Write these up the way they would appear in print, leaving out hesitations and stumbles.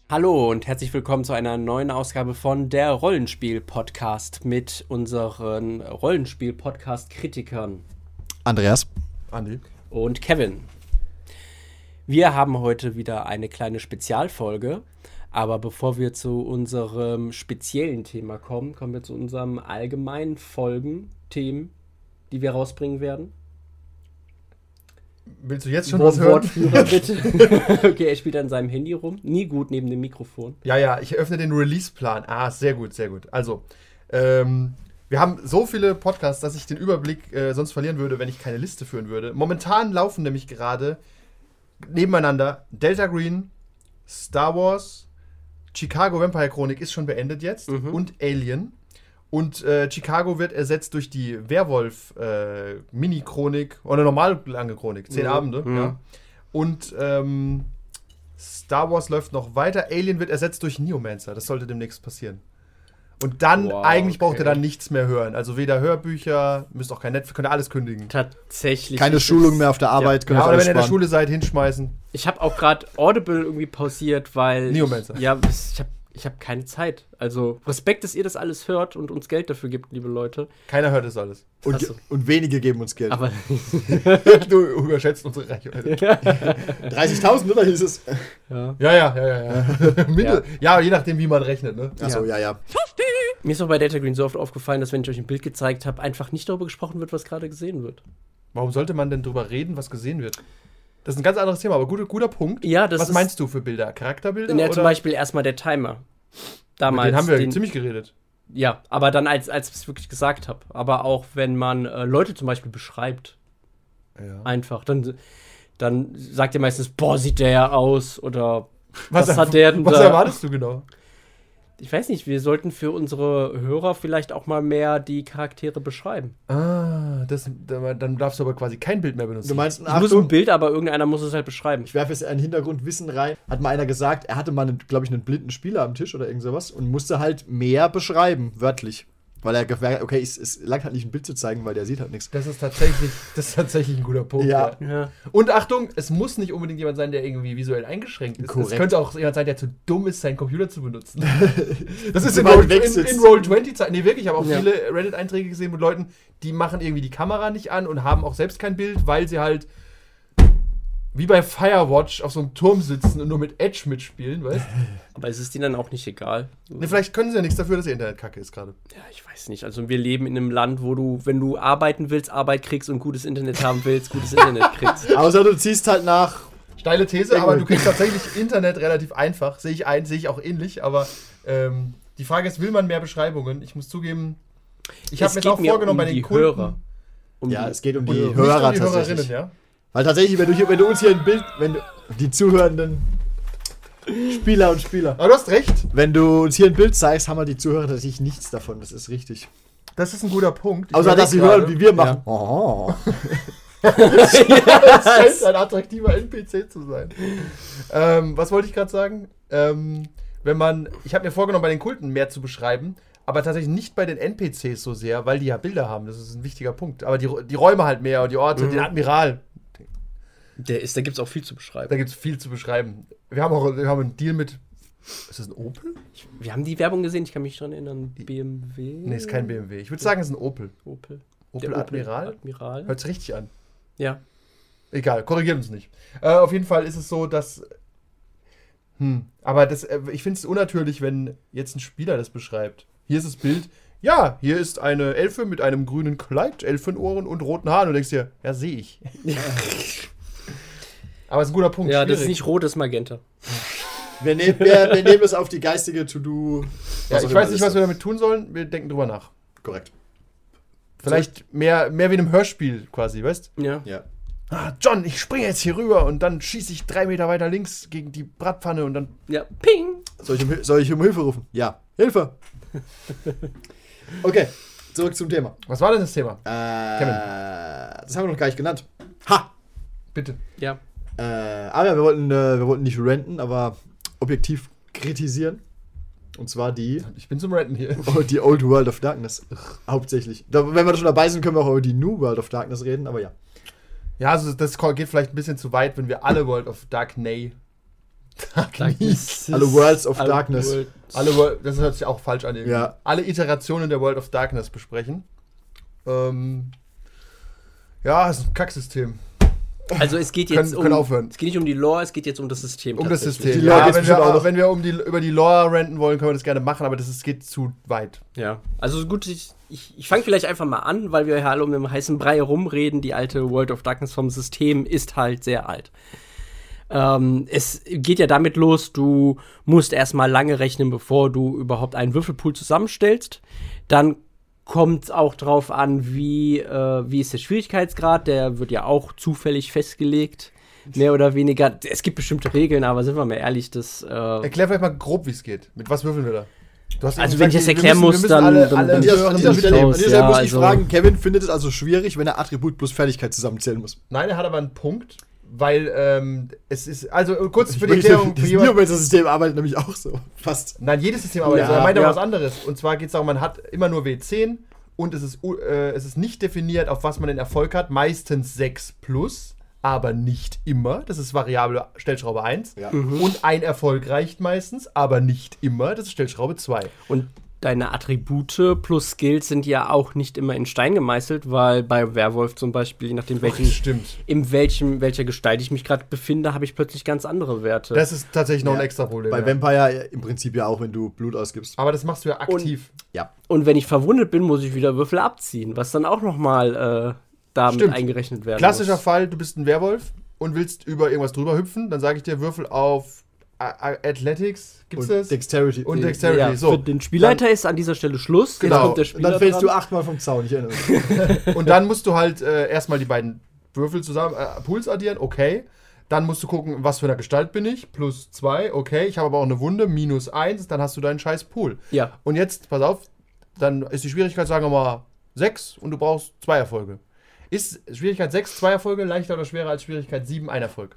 Hallo und herzlich willkommen zu einer neuen Ausgabe von der Rollenspiel-Podcast mit unseren Rollenspiel-Podcast-Kritikern Andreas, Andi und Kevin. Wir haben heute wieder eine kleine Spezialfolge, aber bevor wir zu unserem speziellen Thema kommen, kommen wir zu unserem allgemeinen Folgen-Themen, die wir rausbringen werden. Willst du jetzt schon was hören? Wortführer, bitte. Okay, er spielt an seinem Handy rum. Nie gut neben dem Mikrofon. Ja, ich öffne den Release-Plan. Sehr gut. Also, wir haben so viele Podcasts, dass ich den Überblick sonst verlieren würde, wenn ich keine Liste führen würde. Momentan laufen nämlich gerade nebeneinander Delta Green, Star Wars, Chicago Vampire Chronik ist schon beendet jetzt und Alien. Und Chicago wird ersetzt durch die Werwolf Mini-Chronik oder normal lange Chronik, 10 Abende. Ja. Und Star Wars läuft noch weiter. Alien wird ersetzt durch Neomancer. Das sollte demnächst passieren. Und dann, braucht ihr dann nichts mehr hören. Also weder Hörbücher, müsst auch kein Netflix, könnt ihr alles kündigen. Tatsächlich. keine Schulung mehr auf der Arbeit. Ja, oder wenn ihr in der Schule seid, hinschmeißen. Ich habe auch gerade Audible irgendwie pausiert, weil Neomancer. Ich habe keine Zeit. Also Respekt, dass ihr das alles hört und uns Geld dafür gibt, liebe Leute. Keiner hört das alles. Und wenige geben uns Geld. Aber Du überschätzt unsere Reichweite. 30.000, oder hieß es? Ja. Ja, je nachdem, wie man rechnet, ne? Achso, ja. mir ist auch bei Delta Green so oft aufgefallen, dass wenn ich euch ein Bild gezeigt habe, einfach nicht darüber gesprochen wird, was gerade gesehen wird. Warum sollte man denn drüber reden, was gesehen wird? Das ist ein ganz anderes Thema, aber guter Punkt. Ja, das was meinst du für Bilder? Charakterbilder? Ja, oder? zum Beispiel erstmal der Timer. Damals. Mit den haben wir ziemlich geredet. Ja, aber dann, als ich es wirklich gesagt habe. Aber auch, wenn man Leute zum Beispiel beschreibt. Ja. Einfach. Dann sagt ihr meistens, boah, sieht der ja aus. Oder was hat der denn Was da? erwartest du genau? Ich weiß nicht, wir sollten für unsere Hörer vielleicht auch mal mehr die Charaktere beschreiben. Dann darfst du aber quasi kein Bild mehr benutzen. Du meinst, Ich muss ein Bild, aber irgendeiner muss es halt beschreiben. ich werfe jetzt ein Hintergrundwissen rein. Hat mal einer gesagt, er hatte mal, glaube ich, einen blinden Spieler am Tisch oder irgend sowas und musste halt mehr beschreiben, wörtlich. Weil er gemerkt, okay, es langt halt nicht ein Bild zu zeigen, weil der sieht halt nichts. Das ist tatsächlich ein guter Punkt. Ja. Und Achtung, es muss nicht unbedingt jemand sein, der irgendwie visuell eingeschränkt ist. Korrekt. Es könnte auch jemand sein, der zu dumm ist, seinen Computer zu benutzen. Das ist in Weil Roll20-Zeiten. Nee, wirklich, ich habe auch Ja. viele Reddit-Einträge gesehen mit Leuten, die machen irgendwie die Kamera nicht an und haben auch selbst kein Bild, weil sie halt wie bei Firewatch auf so einem Turm sitzen und nur mit Edge mitspielen, weißt du? Aber es ist denen dann auch nicht egal. Nee, vielleicht können sie ja nichts dafür, dass ihr Internet kacke ist gerade. Ja, ich weiß nicht. Also wir leben in einem Land, wo du, wenn du arbeiten willst, Arbeit kriegst und gutes Internet haben willst, gutes Internet kriegst. Außer du ziehst halt nach. Steile These, aber du kriegst tatsächlich Internet relativ einfach. Sehe ich auch ähnlich, aber die Frage ist, will man mehr Beschreibungen? Ich muss zugeben, ich habe mir jetzt auch vorgenommen bei den Kunden. Hörer. Es geht um die Nicht Hörer um die tatsächlich. Hörerinnen, ja? Weil tatsächlich, wenn du uns hier ein Bild, die zuhörenden Spieler und Spieler, Aber du hast recht, wenn du uns hier ein Bild zeigst, haben wir die Zuhörer tatsächlich nichts davon. Das ist richtig. das ist ein guter Punkt. Ich Außer, dass sie überleg hören, wie wir machen. Ja. Oh. Das scheint ein attraktiver NPC zu sein. Was wollte ich gerade sagen? Ich habe mir vorgenommen, bei den Kulten mehr zu beschreiben, aber tatsächlich nicht bei den NPCs so sehr, weil die ja Bilder haben. Das ist ein wichtiger Punkt. Aber die Räume halt mehr und die Orte, den Admiral. Da gibt es auch viel zu beschreiben. Da gibt es viel zu beschreiben. Wir haben einen Deal mit. Ist das ein Opel? Wir haben die Werbung gesehen, ich kann mich daran erinnern. BMW? Nee, ist kein BMW. Ich würde sagen, es ist ein Opel. Opel. Opel Der Admiral? Admiral. Hört sich richtig an. Ja. Egal, korrigiert uns nicht. Auf jeden Fall ist es so, dass. Aber ich finde es unnatürlich, wenn jetzt ein Spieler das beschreibt. Hier ist das Bild. Ja, hier ist eine Elfe mit einem grünen Kleid, Elfenohren und roten Haaren. Und du denkst dir, ja, sehe ich. Aber es ist ein guter Punkt. Ja, schwierig. das ist nicht rot, das ist Magenta. Wir nehmen es auf die geistige To-Do. Ja, ich weiß nicht, was wir damit tun sollen. Wir denken drüber nach. Korrekt. Vielleicht mehr wie in einem Hörspiel quasi, weißt du? Ja. Ja. John, ich springe jetzt hier rüber und dann schieße ich 3 Meter weiter links gegen die Bratpfanne und dann. Ja. Ping! Soll ich um Hilfe rufen? Ja. Hilfe! Okay, zurück zum Thema. Was war denn das Thema? Das haben wir noch gar nicht genannt. Ha! Bitte. Ja. Aber wir wollten nicht ranten, aber objektiv kritisieren. Und zwar die Ich bin zum Ranten hier. die Old World of Darkness. Hauptsächlich. Wenn wir schon dabei sind, können wir auch über die New World of Darkness reden, aber ja. Ja, also das geht vielleicht ein bisschen zu weit, wenn wir alle World of Darkness Darkness. Alle Worlds of Darkness. Das hört sich auch falsch an. Irgendwie. Ja. Alle Iterationen der World of Darkness besprechen. Ja, ist ein Kacksystem. Also es geht jetzt Können aufhören. Es geht nicht um die Lore, es geht jetzt um das System. Um das tatsächlich. System. Die Lore Ja, geht's bestimmt auch noch. wenn wir über die Lore ranten wollen, können wir das gerne machen, aber geht zu weit. Ja, also gut, ich fange vielleicht einfach mal an, weil wir ja alle um den heißen Brei herumreden. Die alte World of Darkness vom System ist halt sehr alt. Es geht ja damit los, du musst erstmal lange rechnen, bevor du überhaupt einen Würfelpool zusammenstellst. Dann kommt es auch drauf an, wie ist der Schwierigkeitsgrad. Der wird ja auch zufällig festgelegt, mehr oder weniger. Es gibt bestimmte Regeln, aber sind wir mal ehrlich, das Erklär vielleicht mal grob, wie es geht. Mit was würfeln wir da? Du hast Also eben wenn ich gesagt, das erklären muss, dann alle bin ich Hörer, An die dieser das Stelle raus, muss ja, ich also- fragen, Kevin findet es also schwierig, wenn er Attribut plus Fertigkeit zusammenzählen muss. Nein, er hat aber einen Punkt, weil es ist, also kurz für die Erklärung. Das System arbeitet nämlich auch so, fast. Nein, jedes System arbeitet so. Ja, Er meint aber ja. was anderes. Und zwar geht es darum, man hat immer nur W10 und es ist nicht definiert, auf was man den Erfolg hat. Meistens 6 plus, aber nicht immer. Das ist Variable Stellschraube 1. Ja. Und ein Erfolg reicht meistens, aber nicht immer. Das ist Stellschraube 2. Und deine Attribute plus Skills sind ja auch nicht immer in Stein gemeißelt, weil bei Werwolf zum Beispiel, je nachdem Stimmt. welcher Gestalt ich mich gerade befinde, habe ich plötzlich ganz andere Werte. Das ist tatsächlich noch ein Ja. extra Problem. Bei ja. Vampire im Prinzip ja auch, wenn du Blut ausgibst. Aber das machst du ja aktiv. Ja. Und wenn ich verwundet bin, muss ich wieder Würfel abziehen, was dann auch nochmal damit Stimmt. eingerechnet werden Klassischer muss. Fall, du bist ein Werwolf und willst über irgendwas drüber hüpfen, dann sage ich dir, Würfel auf Athletics, gibt's Und das? Dexterity. Und Dexterity, Ja, so. für den Spielleiter ist an dieser Stelle Schluss. Genau. Jetzt kommt der Und Spieler dann fällst du dran. 8-mal vom Zaun, ich erinnere mich. Und dann musst du halt erstmal die beiden Würfel zusammen, Pools addieren, okay. Dann musst du gucken, was für eine Gestalt bin ich, plus 2, okay. Ich habe aber auch eine Wunde, minus 1, dann hast du deinen scheiß Pool. Ja. Und jetzt, pass auf, dann ist die Schwierigkeit, sagen wir mal, 6 und du brauchst 2 Erfolge. Ist Schwierigkeit 6 2 Erfolge leichter oder schwerer als Schwierigkeit 7 ein Erfolg?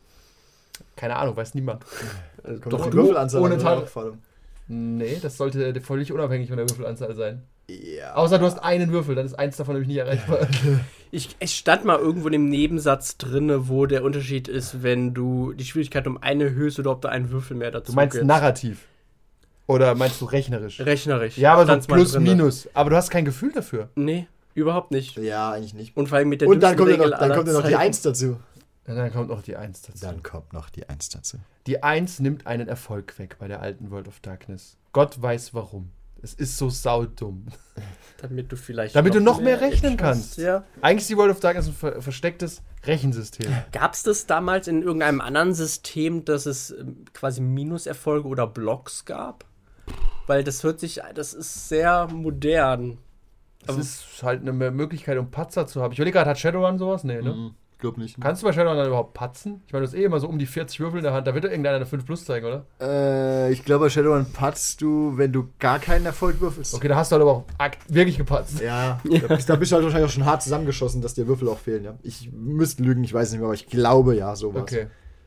Keine Ahnung, weiß niemand. Kommt Doch, auf die du Würfelanzahl ohne an, Teil- oder? Auffassung. Nee, das sollte völlig unabhängig von der Würfelanzahl sein. Ja. Außer du hast einen Würfel, dann ist eins davon nämlich nicht erreichbar. Es stand mal irgendwo in dem Nebensatz drin, wo der Unterschied ist, wenn du die Schwierigkeit um eine erhöhst oder ob du einen Würfel mehr dazu Du meinst gibst. narrativ. Oder meinst du rechnerisch? Rechnerisch. Ja, aber so Stand's mal plus, drinne. minus. Aber du hast kein Gefühl dafür. Nee, überhaupt nicht. Ja, eigentlich nicht. Und vor allem mit der Und dann dümmsten kommt ja Regel noch die aller 1 dazu. Und dann kommt noch die 1 dazu. Dann kommt noch die 1 dazu. Die 1 nimmt einen Erfolg weg bei der alten World of Darkness. Gott weiß warum. Es ist so saudumm. Damit du vielleicht Damit du noch mehr rechnen etwas- kannst. Ja. Eigentlich ist die World of Darkness ein verstecktes Rechensystem. Gab es das damals in irgendeinem anderen System, dass es quasi Minuserfolge oder Blocks gab? Weil das ist sehr modern. Das ist halt eine Möglichkeit, um Patzer zu haben. Ich überlege gerade, hat Shadowrun sowas? Nee, ne? Glaub nicht. Kannst du bei Shadowrun dann überhaupt patzen? Ich meine, du hast immer so um die 40 Würfel in der Hand. Da wird doch irgendeiner eine 5 Plus zeigen, oder? Ich glaube, bei Shadowrun patzt du, wenn du gar keinen Erfolg würfelst. Okay, da hast du halt aber auch wirklich gepatzt. Ja, da bist du halt wahrscheinlich auch schon hart zusammengeschossen, dass dir Würfel auch fehlen, ja. Ich müsste lügen, ich weiß es nicht mehr, aber ich glaube ja, sowas. Okay.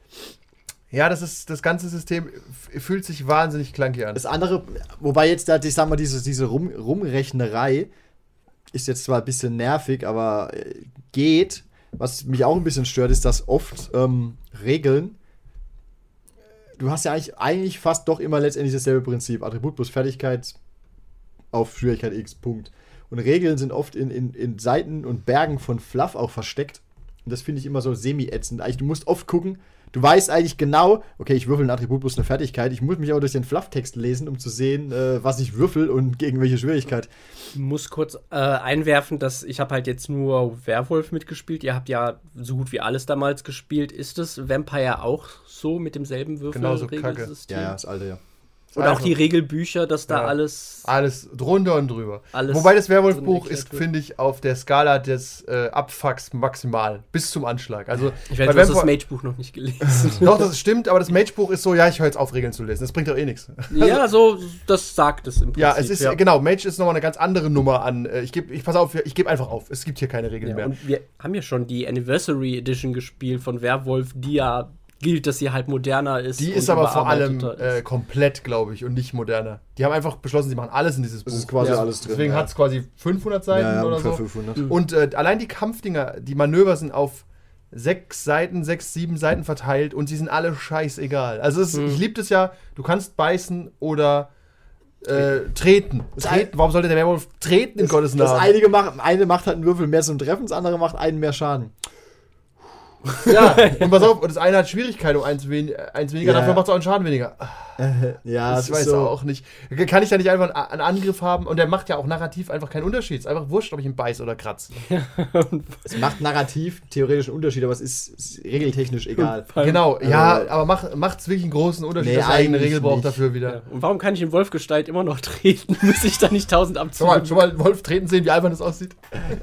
Ja, das ganze System fühlt sich wahnsinnig clunky an. Das andere, wobei jetzt da, ich sag mal, diese Rumrechnerei ist jetzt zwar ein bisschen nervig, aber geht. Was mich auch ein bisschen stört, ist, dass oft Regeln, du hast ja eigentlich fast doch immer letztendlich dasselbe Prinzip. Attribut plus Fertigkeit auf Schwierigkeit X, Punkt. Und Regeln sind oft in Seiten und Bergen von Fluff auch versteckt. Und das finde ich immer so semi-ätzend. Eigentlich, du musst oft gucken, du weißt eigentlich genau, okay, ich würfel ein Attribut plus eine Fertigkeit. Ich muss mich aber durch den Flufftext lesen, um zu sehen, was ich würfel und gegen welche Schwierigkeit. Ich muss kurz einwerfen, dass ich habe halt jetzt nur Werwolf mitgespielt. Ihr habt ja so gut wie alles damals gespielt. Ist das Vampire auch so mit demselben Genauso Würfelregelsystem? Ja, das alte, ja. Und auch die Regelbücher, dass da Ja. alles drunter und drüber. Alles Wobei das Werwolf-Buch drin erklärt ist, wird. finde ich, auf der Skala des Abfucks maximal. Bis zum Anschlag. Also, Ich werde bei das Vampire- Mage-Buch noch nicht gelesen. Doch, das stimmt, aber das Mage-Buch ist so, ja, ich höre jetzt auf, Regeln zu lesen. Das bringt doch eh nichts. Ja, so, das sagt es im Prinzip. Ja, es ist, genau, Mage ist nochmal eine ganz andere Nummer an. Ich gebe einfach auf. Es gibt hier keine Regeln Ja, mehr. und wir haben ja schon die Anniversary Edition gespielt von Werwolf, die ja gilt, dass sie halt moderner ist. Die und ist aber vor allem überarbeiteter ist. komplett, glaube ich, und nicht moderner. Die haben einfach beschlossen, sie machen alles in dieses Buch. Das ist quasi alles drin, Deswegen ja. hat es quasi 500 Seiten oder ungefähr so. 500. Und allein die Kampfdinger, die Manöver sind auf 6, 7 Seiten verteilt und sie sind alle scheißegal. Also ich liebe das ja, du kannst beißen oder treten. Warum sollte der Werwolf treten in Gottes Namen? Das eine macht halt einen Würfel mehr zum Treffen, das andere macht einen mehr Schaden. Ja, und pass auf, und das eine hat Schwierigkeit um eins weniger, dafür macht es auch einen Schaden weniger. Ja, ich weiß auch nicht. Kann ich da nicht einfach einen Angriff haben? Und der macht ja auch narrativ einfach keinen Unterschied. Es ist einfach wurscht, ob ich ihn beiß oder kratze. Es macht narrativ theoretisch einen Unterschied, aber es ist regeltechnisch egal. Genau, ja, aber macht es wirklich einen großen Unterschied, dass eigene Regel braucht dafür wieder. Ja. Und warum kann ich in Wolfgestalt immer noch treten? Muss ich da nicht 1000 abziehen? Schon mal einen Wolf treten sehen, wie albern das aussieht?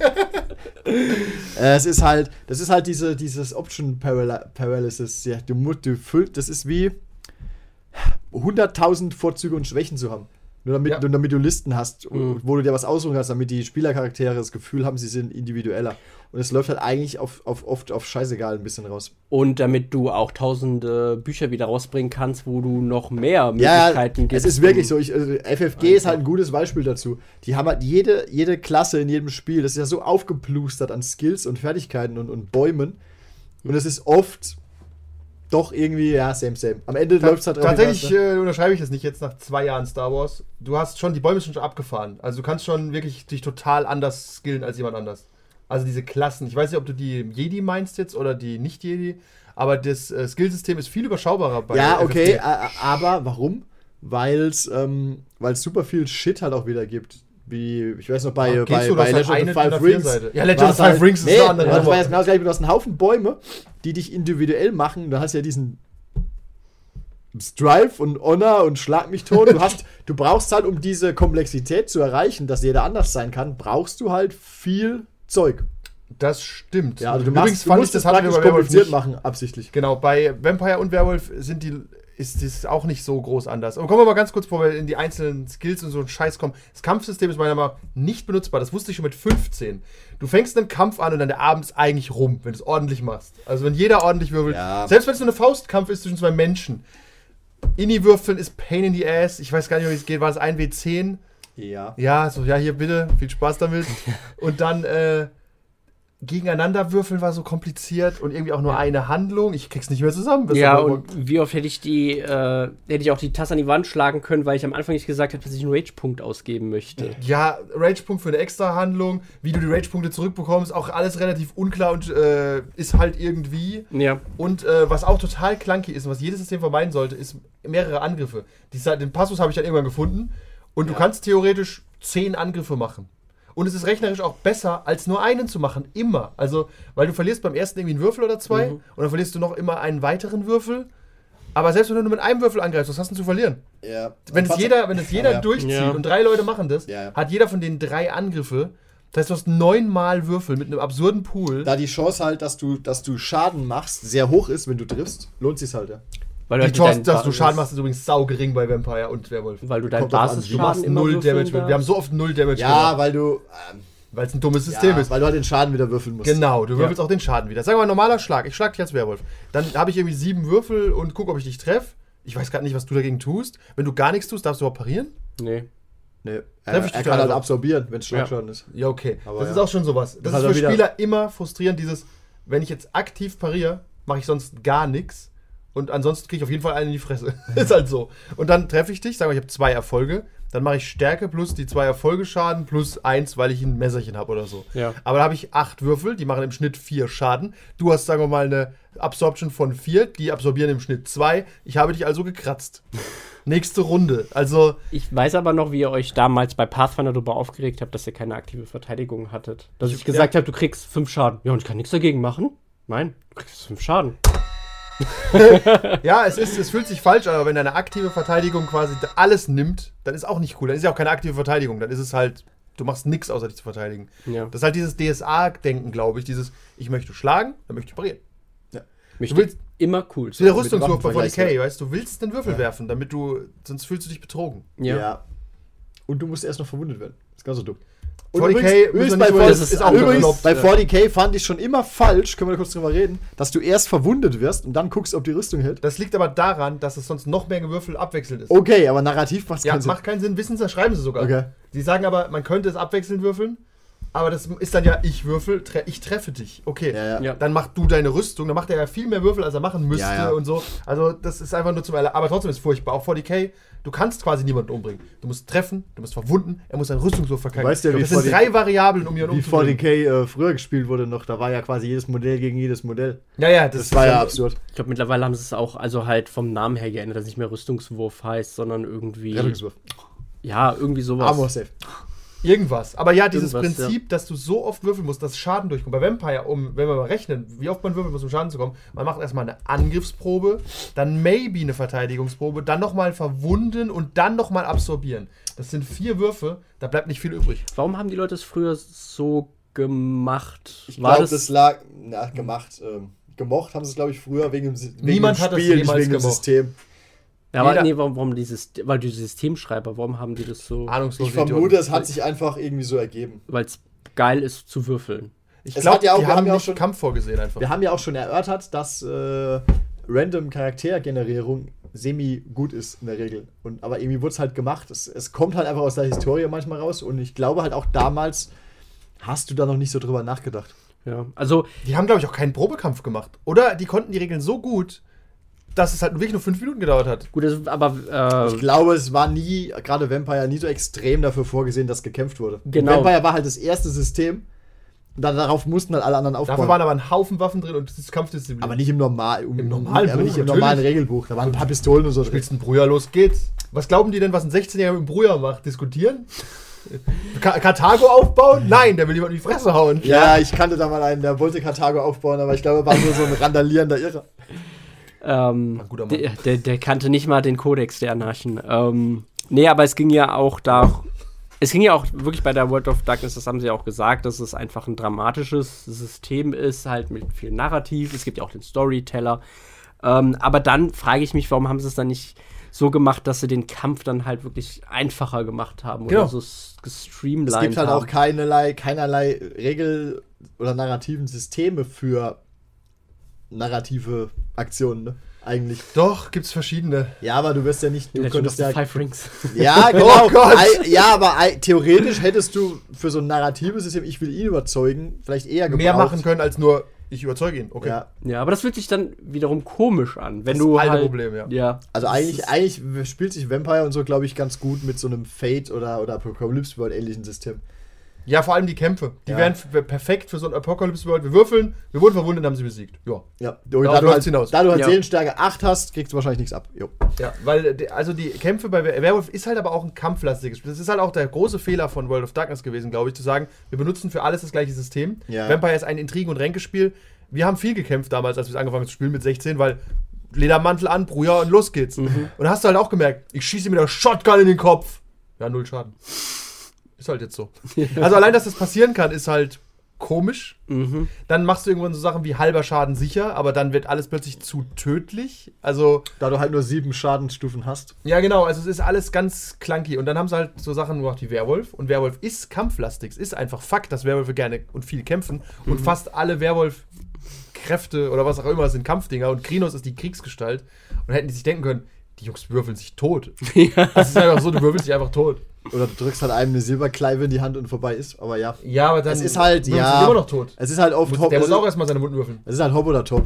Das ist halt dieses Option Paralysis. Ja, das ist wie 100.000 Vorzüge und Schwächen zu haben. Nur damit du Listen hast, wo du dir was aussuchen kannst, damit die Spielercharaktere das Gefühl haben, sie sind individueller. Und es läuft halt eigentlich oft auf scheißegal ein bisschen raus. Und damit du auch tausende Bücher wieder rausbringen kannst, wo du noch mehr Möglichkeiten gibst. Es ist wirklich so. FFG ist halt ein gutes Beispiel dazu. Die haben halt jede Klasse in jedem Spiel, das ist ja so aufgeplustert an Skills und Fertigkeiten und Bäumen. Und es ist oft doch irgendwie, same. Am Ende läuft es halt tatsächlich unterschreibe ich das nicht jetzt nach 2 Jahren Star Wars. Du hast schon, die Bäume sind schon abgefahren. Also du kannst schon wirklich dich total anders skillen als jemand anders. Also diese Klassen. Ich weiß nicht, ob du die Jedi meinst jetzt oder die Nicht-Jedi, aber das Skillsystem ist viel überschaubarer bei Ja, okay, aber warum? Weil es super viel Shit halt auch wieder gibt. Wie, ich weiß noch, bei Legend of the Five Rings. Ja, Legend of the Five Rings ist eine andere. Das war jetzt genau das gleiche. Du hast einen Haufen Bäume, die dich individuell machen. Da hast du ja diesen Strife und Honor und Schlag mich tot. Du brauchst halt, um diese Komplexität zu erreichen, dass jeder anders sein kann, brauchst du halt viel Zeug. Das stimmt. Ja, also du musst das praktisch kompliziert machen, absichtlich. Genau, bei Vampire und Werwolf ist das auch nicht so groß anders. Aber kommen wir mal ganz kurz, bevor wir in die einzelnen Skills und so einen Scheiß kommen. Das Kampfsystem ist meiner Meinung nach nicht benutzbar. Das wusste ich schon mit 15. Du fängst einen Kampf an und dann der Abend ist eigentlich rum, wenn du es ordentlich machst. Also wenn jeder ordentlich würfelt. Ja. Selbst wenn es nur eine Faustkampf ist zwischen 2 Menschen. Inni-Würfeln ist Pain in the Ass. Ich weiß gar nicht, wie es geht. War es 1W10? Ja. Ja, hier bitte. Viel Spaß damit. Und dann gegeneinander würfeln war so kompliziert und irgendwie auch nur eine Handlung. Ich krieg's nicht mehr zusammen. Ja, und wie oft hätte ich auch die Tasse an die Wand schlagen können, weil ich am Anfang nicht gesagt habe, dass ich einen Rage-Punkt ausgeben möchte. Ja, Rage-Punkt für eine extra Handlung, wie du die Rage-Punkte zurückbekommst, auch alles relativ unklar und ist halt irgendwie. Ja. Und was auch total clunky ist und was jedes System vermeiden sollte, ist mehrere Angriffe. Den Passus habe ich dann irgendwann gefunden und du kannst theoretisch 10 Angriffe machen. Und es ist rechnerisch auch besser, als nur einen zu machen. Immer. Also, weil du verlierst beim ersten irgendwie einen Würfel oder 2 und dann verlierst du noch immer einen weiteren Würfel. Aber selbst wenn du nur mit einem Würfel angreifst, was hast du zu verlieren? Ja. Wenn es jeder durchzieht und 3 Leute machen das, hat jeder von denen 3 Angriffe. Das heißt, du hast 9 Mal Würfel mit einem absurden Pool. Da die Chance halt, dass du Schaden machst, sehr hoch ist, wenn du triffst, lohnt sich's halt, ja. Weil die Chance, dass du Schaden machst, ist übrigens saugering bei Vampire und Werwolf. Weil du deinen Basisschaden immer 0 Damage. Wir haben so oft 0 Damage. Ja, weil du... weil es ein dummes System ist. Weil du halt den Schaden wieder würfeln musst. Genau, du würfelst auch den Schaden wieder. Sag mal, normaler Schlag. Ich schlag dich als Werwolf. Dann habe ich irgendwie 7 Würfel und gucke, ob ich dich treffe. Ich weiß gerade nicht, was du dagegen tust. Wenn du gar nichts tust, darfst du auch parieren? Nee. Er kann halt absorbieren, wenn es Schlagschaden ist. Ja, okay. Aber das ist auch schon sowas. Das ist für Spieler immer frustrierend, wenn ich jetzt aktiv pariere, mache ich sonst gar nichts. Und ansonsten kriege ich auf jeden Fall einen in die Fresse. Ist halt so. Und dann treffe ich dich, sag mal, ich habe 2 Erfolge. Dann mache ich Stärke plus die 2 Erfolge Schaden plus 1, weil ich ein Messerchen habe oder so. Ja. Aber da habe ich 8 Würfel, die machen im Schnitt 4 Schaden. Du hast, sagen wir mal, eine Absorption von 4, die absorbieren im Schnitt 2. Ich habe dich also gekratzt. Nächste Runde. Also. Ich weiß aber noch, wie ihr euch damals bei Pathfinder darüber aufgeregt habt, dass ihr keine aktive Verteidigung hattet. Dass ich gesagt habe, du kriegst 5 Schaden. Ja, und ich kann nichts dagegen machen. Nein, du kriegst 5 Schaden. Ja, es fühlt sich falsch an, aber wenn deine aktive Verteidigung quasi alles nimmt, dann ist auch nicht cool. Dann ist ja auch keine aktive Verteidigung. Dann ist es halt, du machst nichts, außer dich zu verteidigen. Ja. Das ist halt dieses DSA-Denken, glaube ich. Ich möchte schlagen, dann möchte ich parieren. Ja. Du willst immer cool. Das ist der Rüstungswurf bei 40k, weißt du? Du willst den Würfel werfen, sonst fühlst du dich betrogen. Ja. Und du musst erst noch verwundet werden. Das ist ganz so dumm. Und 40k übrigens, bei 40k fand ich schon immer falsch, können wir da kurz drüber reden, dass du erst verwundet wirst und dann guckst, ob die Rüstung hält. Das liegt aber daran, dass es sonst noch mehr Gewürfel abwechselnd ist. Okay, aber narrativ macht es keinen Sinn. Ja, macht keinen Sinn, wissen sie, schreiben sie sogar. Okay. Sie sagen aber, man könnte es abwechselnd würfeln, Aber das ist dann ja, ich würfel, ich treffe dich. Okay, Ja. dann mach du deine Rüstung. Dann macht er ja viel mehr Würfel, als er machen müsste Ja. und so. Also das ist einfach nur zum Aber trotzdem ist es furchtbar. Auch 40k, du kannst quasi niemanden umbringen. Du musst treffen, du musst verwunden, er muss seinen Rüstungswurf verkacken. Weißt du, das sind 3 Variablen, um ihn Wie umzubringen. 40k früher gespielt wurde noch, da war ja quasi jedes Modell gegen jedes Modell. Ja, Das war ja absurd. Ich glaube, mittlerweile haben sie es auch, also halt vom Namen her geändert, dass es nicht mehr Rüstungswurf heißt, sondern irgendwie. Rettungswurf. Ja, irgendwie sowas. Armor Safe. Irgendwas. Aber ja, dieses Irgendwas, Prinzip, dass du so oft würfeln musst, dass Schaden durchkommt. Bei Vampire, wenn wir mal rechnen, wie oft man würfeln muss, um Schaden zu kommen, man macht erstmal eine Angriffsprobe, dann maybe eine Verteidigungsprobe, dann nochmal verwunden und dann nochmal absorbieren. Das sind 4 Würfe, da bleibt nicht viel übrig. Warum haben die Leute es früher so gemacht? Ich glaube, das lag, gemocht haben sie es, glaube ich, früher wegen dem Niemand dem hat das Spiel, nicht jemals wegen dem gemocht. System. Ja, aber Jeder- nee, weil die Systemschreiber, warum haben die das so? Ahnungslos. Ich vermute, es hat sich einfach irgendwie so ergeben. Weil es geil ist zu würfeln. Ich Es glaube, hat ja auch- die wir haben haben ja auch nicht schon- Kampf vorgesehen einfach. Wir haben ja auch schon erörtert, dass random Charaktergenerierung semi gut ist in der Regel. Aber irgendwie wurde es halt gemacht. Es kommt halt einfach aus der Historie manchmal raus. Und ich glaube halt auch damals hast du da noch nicht so drüber nachgedacht. Ja, also Die haben, glaube ich, auch keinen Probekampf gemacht. Oder die konnten die Regeln so gut, dass es halt wirklich nur 5 Minuten gedauert hat. gut, aber Ich glaube, es war nie, gerade Vampire, nie so extrem dafür vorgesehen, dass gekämpft wurde. Genau. Vampire war halt das erste System. Und dann darauf mussten halt alle anderen aufbauen. Dafür waren aber ein Haufen Waffen drin und das ist Kampfdisziplin. aber nicht im normalen Im normalen aber nicht im Buch, normalen natürlich. Regelbuch. Da waren ein paar Pistolen und so. Du spielst einen Brüher, los geht's. Was glauben die denn, was ein 16-Jähriger mit einem Brüher macht? Diskutieren? Karthago aufbauen? Nein, der will jemand in die Fresse hauen. Ja, ich kannte da mal einen, der wollte Karthago aufbauen, aber ich glaube, er war nur so ein randalierender Irrer. Ein guter Mann. der kannte nicht mal den Kodex der Anarchen. Nee, aber es ging ja auch wirklich bei der World of Darkness, das haben sie ja auch gesagt, dass es einfach ein dramatisches System ist, halt mit viel Narrativ. Es gibt ja auch den Storyteller. Aber dann frage ich mich, warum haben sie es dann nicht so gemacht, dass sie den Kampf dann halt wirklich einfacher gemacht haben Genau. oder so gestreamlined Es gibt halt haben. auch keinerlei Regel- oder narrativen Systeme für narrative Aktionen, ne? Eigentlich. Doch, gibt's verschiedene. Ja, aber du wirst ja nicht, du Legend könntest of the ja. Five Rings. Ja, genau. Oh Gott. Ja, aber theoretisch hättest du für so ein narratives System, ich will ihn überzeugen, vielleicht eher gebraucht. Mehr machen können als nur, ich überzeuge ihn. Okay. Ja. Ja, aber das fühlt sich dann wiederum komisch an, wenn Das du alte halt, Problem, ja. Ja. Also eigentlich spielt sich Vampire und so, glaube ich, ganz gut mit so einem Fate oder Apocalypse World ähnlichen System. Ja, vor allem die Kämpfe. Die Ja. wären perfekt für so ein Apocalypse World. Wir würfeln, wir wurden verwundet und haben sie besiegt. Ja. Ja, Darauf läuft's hinaus. da du halt Ja. Seelenstärke 8 hast, kriegst du wahrscheinlich nichts ab. Jo. Ja, weil die Kämpfe bei Werewolf ist halt aber auch ein kampflastiges Spiel. Das ist halt auch der große Fehler von World of Darkness gewesen, glaube ich, zu sagen, wir benutzen für alles das gleiche System. Ja. Vampire ist ein Intrigen- und Ränkespiel. Wir haben viel gekämpft damals, als wir es angefangen haben zu spielen mit 16, weil Ledermantel an, Brüher und los geht's. Und da hast du halt auch gemerkt, ich schieße mit der Shotgun in den Kopf. Ja, 0 Schaden. Ist halt jetzt so. Also allein, dass das passieren kann, ist halt komisch. Dann machst du irgendwann so Sachen wie halber Schaden sicher, aber dann wird alles plötzlich zu tödlich. Also Da du halt nur 7 Schadensstufen hast. ja, genau, also es ist alles ganz clunky. Und dann haben sie halt so Sachen gemacht wie Werwolf. Und Werwolf ist kampflastig. Es ist einfach Fakt, dass Werwölfe gerne und viel kämpfen. Und fast alle Werwolf-Kräfte oder was auch immer sind Kampfdinger. Und Krinos ist die Kriegsgestalt. Und hätten die sich denken können, die Jungs würfeln sich tot. Das ist einfach so, du würfelst dich einfach tot. Oder du drückst halt einem eine Silberkleive in die Hand und vorbei ist. Aber ja. Ja, aber dann Es ist halt, würfelst du ja. dich immer noch tot. Es ist halt oft Der muss auch erstmal seine Wunden würfeln. Es ist halt Hop oder Top.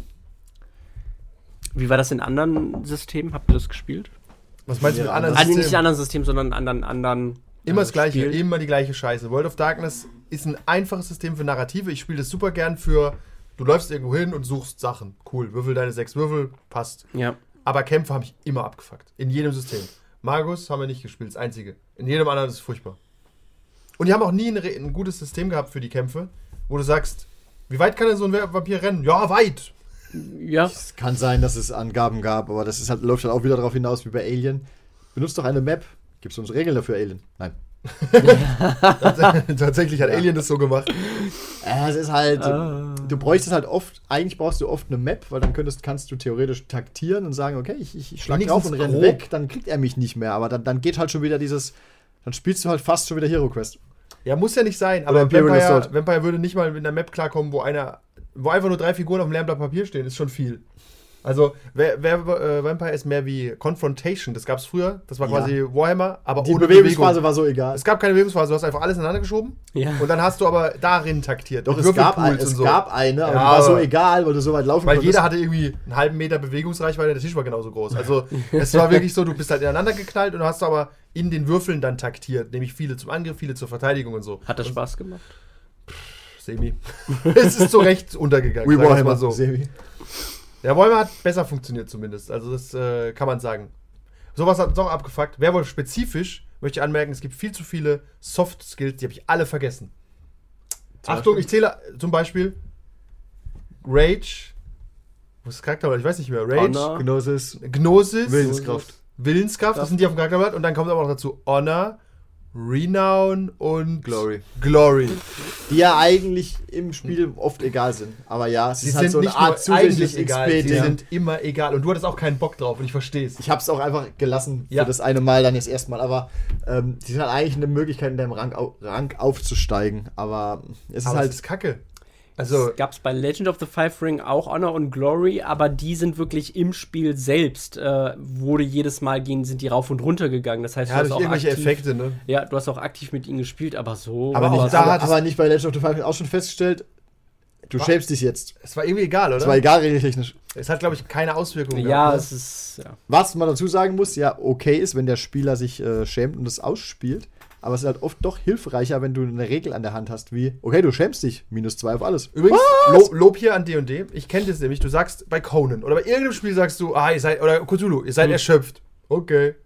Wie war das in anderen Systemen? Habt ihr das gespielt? Was meinst du Ja, mit anderen Also nicht in Systemen? anderen Systemen, sondern anderen Immer das gleiche, Spielen. immer die gleiche Scheiße. World of Darkness ist ein einfaches System für Narrative. Ich spiele das super gern für, du läufst irgendwo hin und suchst Sachen. Cool, würfel deine 6 Würfel, passt. Ja. Aber Kämpfe habe ich immer abgefuckt. In jedem System. Magus haben wir nicht gespielt, das einzige. In jedem anderen ist es furchtbar. Und die haben auch nie ein gutes System gehabt für die Kämpfe, wo du sagst, wie weit kann denn so ein Vampir rennen? Ja, weit. Ja. Es kann sein, dass es Angaben gab, aber das ist halt, läuft halt auch wieder darauf hinaus wie bei Alien. Benutzt doch eine Map. Gibt es uns Regeln dafür, Alien? Nein. Tatsächlich hat Alien das so gemacht. Es ist halt, du bräuchtest halt oft, eigentlich brauchst du oft eine Map, weil dann kannst du theoretisch taktieren und sagen, okay, ich schlag drauf und Wenigstens renne grob. weg, dann kriegt er mich nicht mehr, aber dann geht halt schon wieder dann spielst du halt fast schon wieder Hero Quest. Ja, muss ja nicht sein, Oder aber Imperial Assault. Vampire würde nicht mal mit einer Map klarkommen, wo einfach nur 3 Figuren auf einem leeren Blatt Papier stehen, ist schon viel. Also, Vampire ist mehr wie Confrontation. Das gab es früher. Das war Ja. quasi Warhammer, aber Die ohne Bewegungsphase Bewegung. war so egal. Es gab keine Bewegungsphase. Du hast einfach alles ineinander geschoben. Ja. Und dann hast du aber darin taktiert. Doch, mit es gab Würfelpools und eine, aber Ja, die war so aber- egal, weil du so weit laufen Weil konntest. jeder hatte irgendwie einen halben Meter Bewegungsreichweite, der Tisch war genauso groß. Also es war wirklich so, du bist halt ineinander geknallt und du hast aber in den Würfeln dann taktiert. Nämlich viele zum Angriff, viele zur Verteidigung und so. Hat das Spaß gemacht? Semi. Es ist so recht untergegangen. We sagen wir's Warhammer, mal so. Semi. Der Warhammer hat besser funktioniert zumindest. Also das kann man sagen. Sowas hat uns auch abgefuckt. Werwolf spezifisch, möchte ich anmerken, es gibt viel zu viele Soft-Skills, die habe ich alle vergessen. Achtung, ich zähle zum Beispiel Rage. Wo ist das Charakterblatt? Ich weiß nicht mehr. Rage, Honor. Gnosis, Gnosis, Willenskraft. Willenskraft, das sind die auf dem Charakterblatt. Und dann kommt aber noch dazu Honor, Renown und Glory. Glory. Die ja eigentlich im Spiel oft egal sind. Aber ja, es Sie ist halt sind so eine nicht Art nur zusätzliches eigentlich egal, XP. sie Ja. sind immer egal. Und du hattest auch keinen Bock drauf und ich verstehe es. Ich hab's auch einfach gelassen für Ja. das eine Mal, dann jetzt erstmal. Aber die sind halt eigentlich eine Möglichkeit, in deinem Rang aufzusteigen. Aber es ist Aber halt. es ist kacke. Also, Gab es bei Legend of the Five Ring auch Honor und Glory, aber die sind wirklich im Spiel selbst, wurde jedes Mal sind die rauf und runter gegangen. Das heißt, ja, durch irgendwelche Effekte, ne? Ja, du hast auch aktiv mit ihnen gespielt, aber so. Aber auch war's- da aber, hat es- aber nicht bei Legend of the Five auch schon festgestellt, du schämst dich jetzt. Es war irgendwie egal, Das oder? war egal, regeltechnisch. Es hat, glaube ich, keine Auswirkungen. Ja, gehabt, ne? es ist. Ja. Was man dazu sagen muss, ja, okay ist, wenn der Spieler sich schämt und es ausspielt. Aber es ist halt oft doch hilfreicher, wenn du eine Regel an der Hand hast, wie, okay, du schämst dich, -2 auf alles. Übrigens, Lob hier an D&D. Ich kenne das nämlich. Du sagst bei Conan oder bei irgendeinem Spiel sagst du, ihr seid, oder Cthulhu, ihr seid erschöpft. Okay.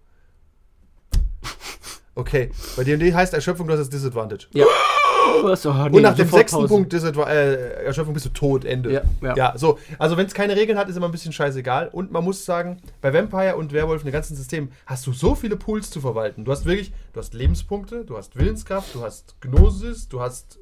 Okay. Bei D&D heißt Erschöpfung, du hast das Disadvantage. Ja. So, nee, Und nach dem sofort 6. Pause. Punkt Erschöpfung bist du tot, Ende. Ja. So. Also wenn es keine Regeln hat, ist immer ein bisschen scheißegal. Und man muss sagen, bei Vampire und Werwolf, in dem ganzen System, hast du so viele Pools zu verwalten. Du hast Lebenspunkte, du hast Willenskraft, du hast Gnosis, du hast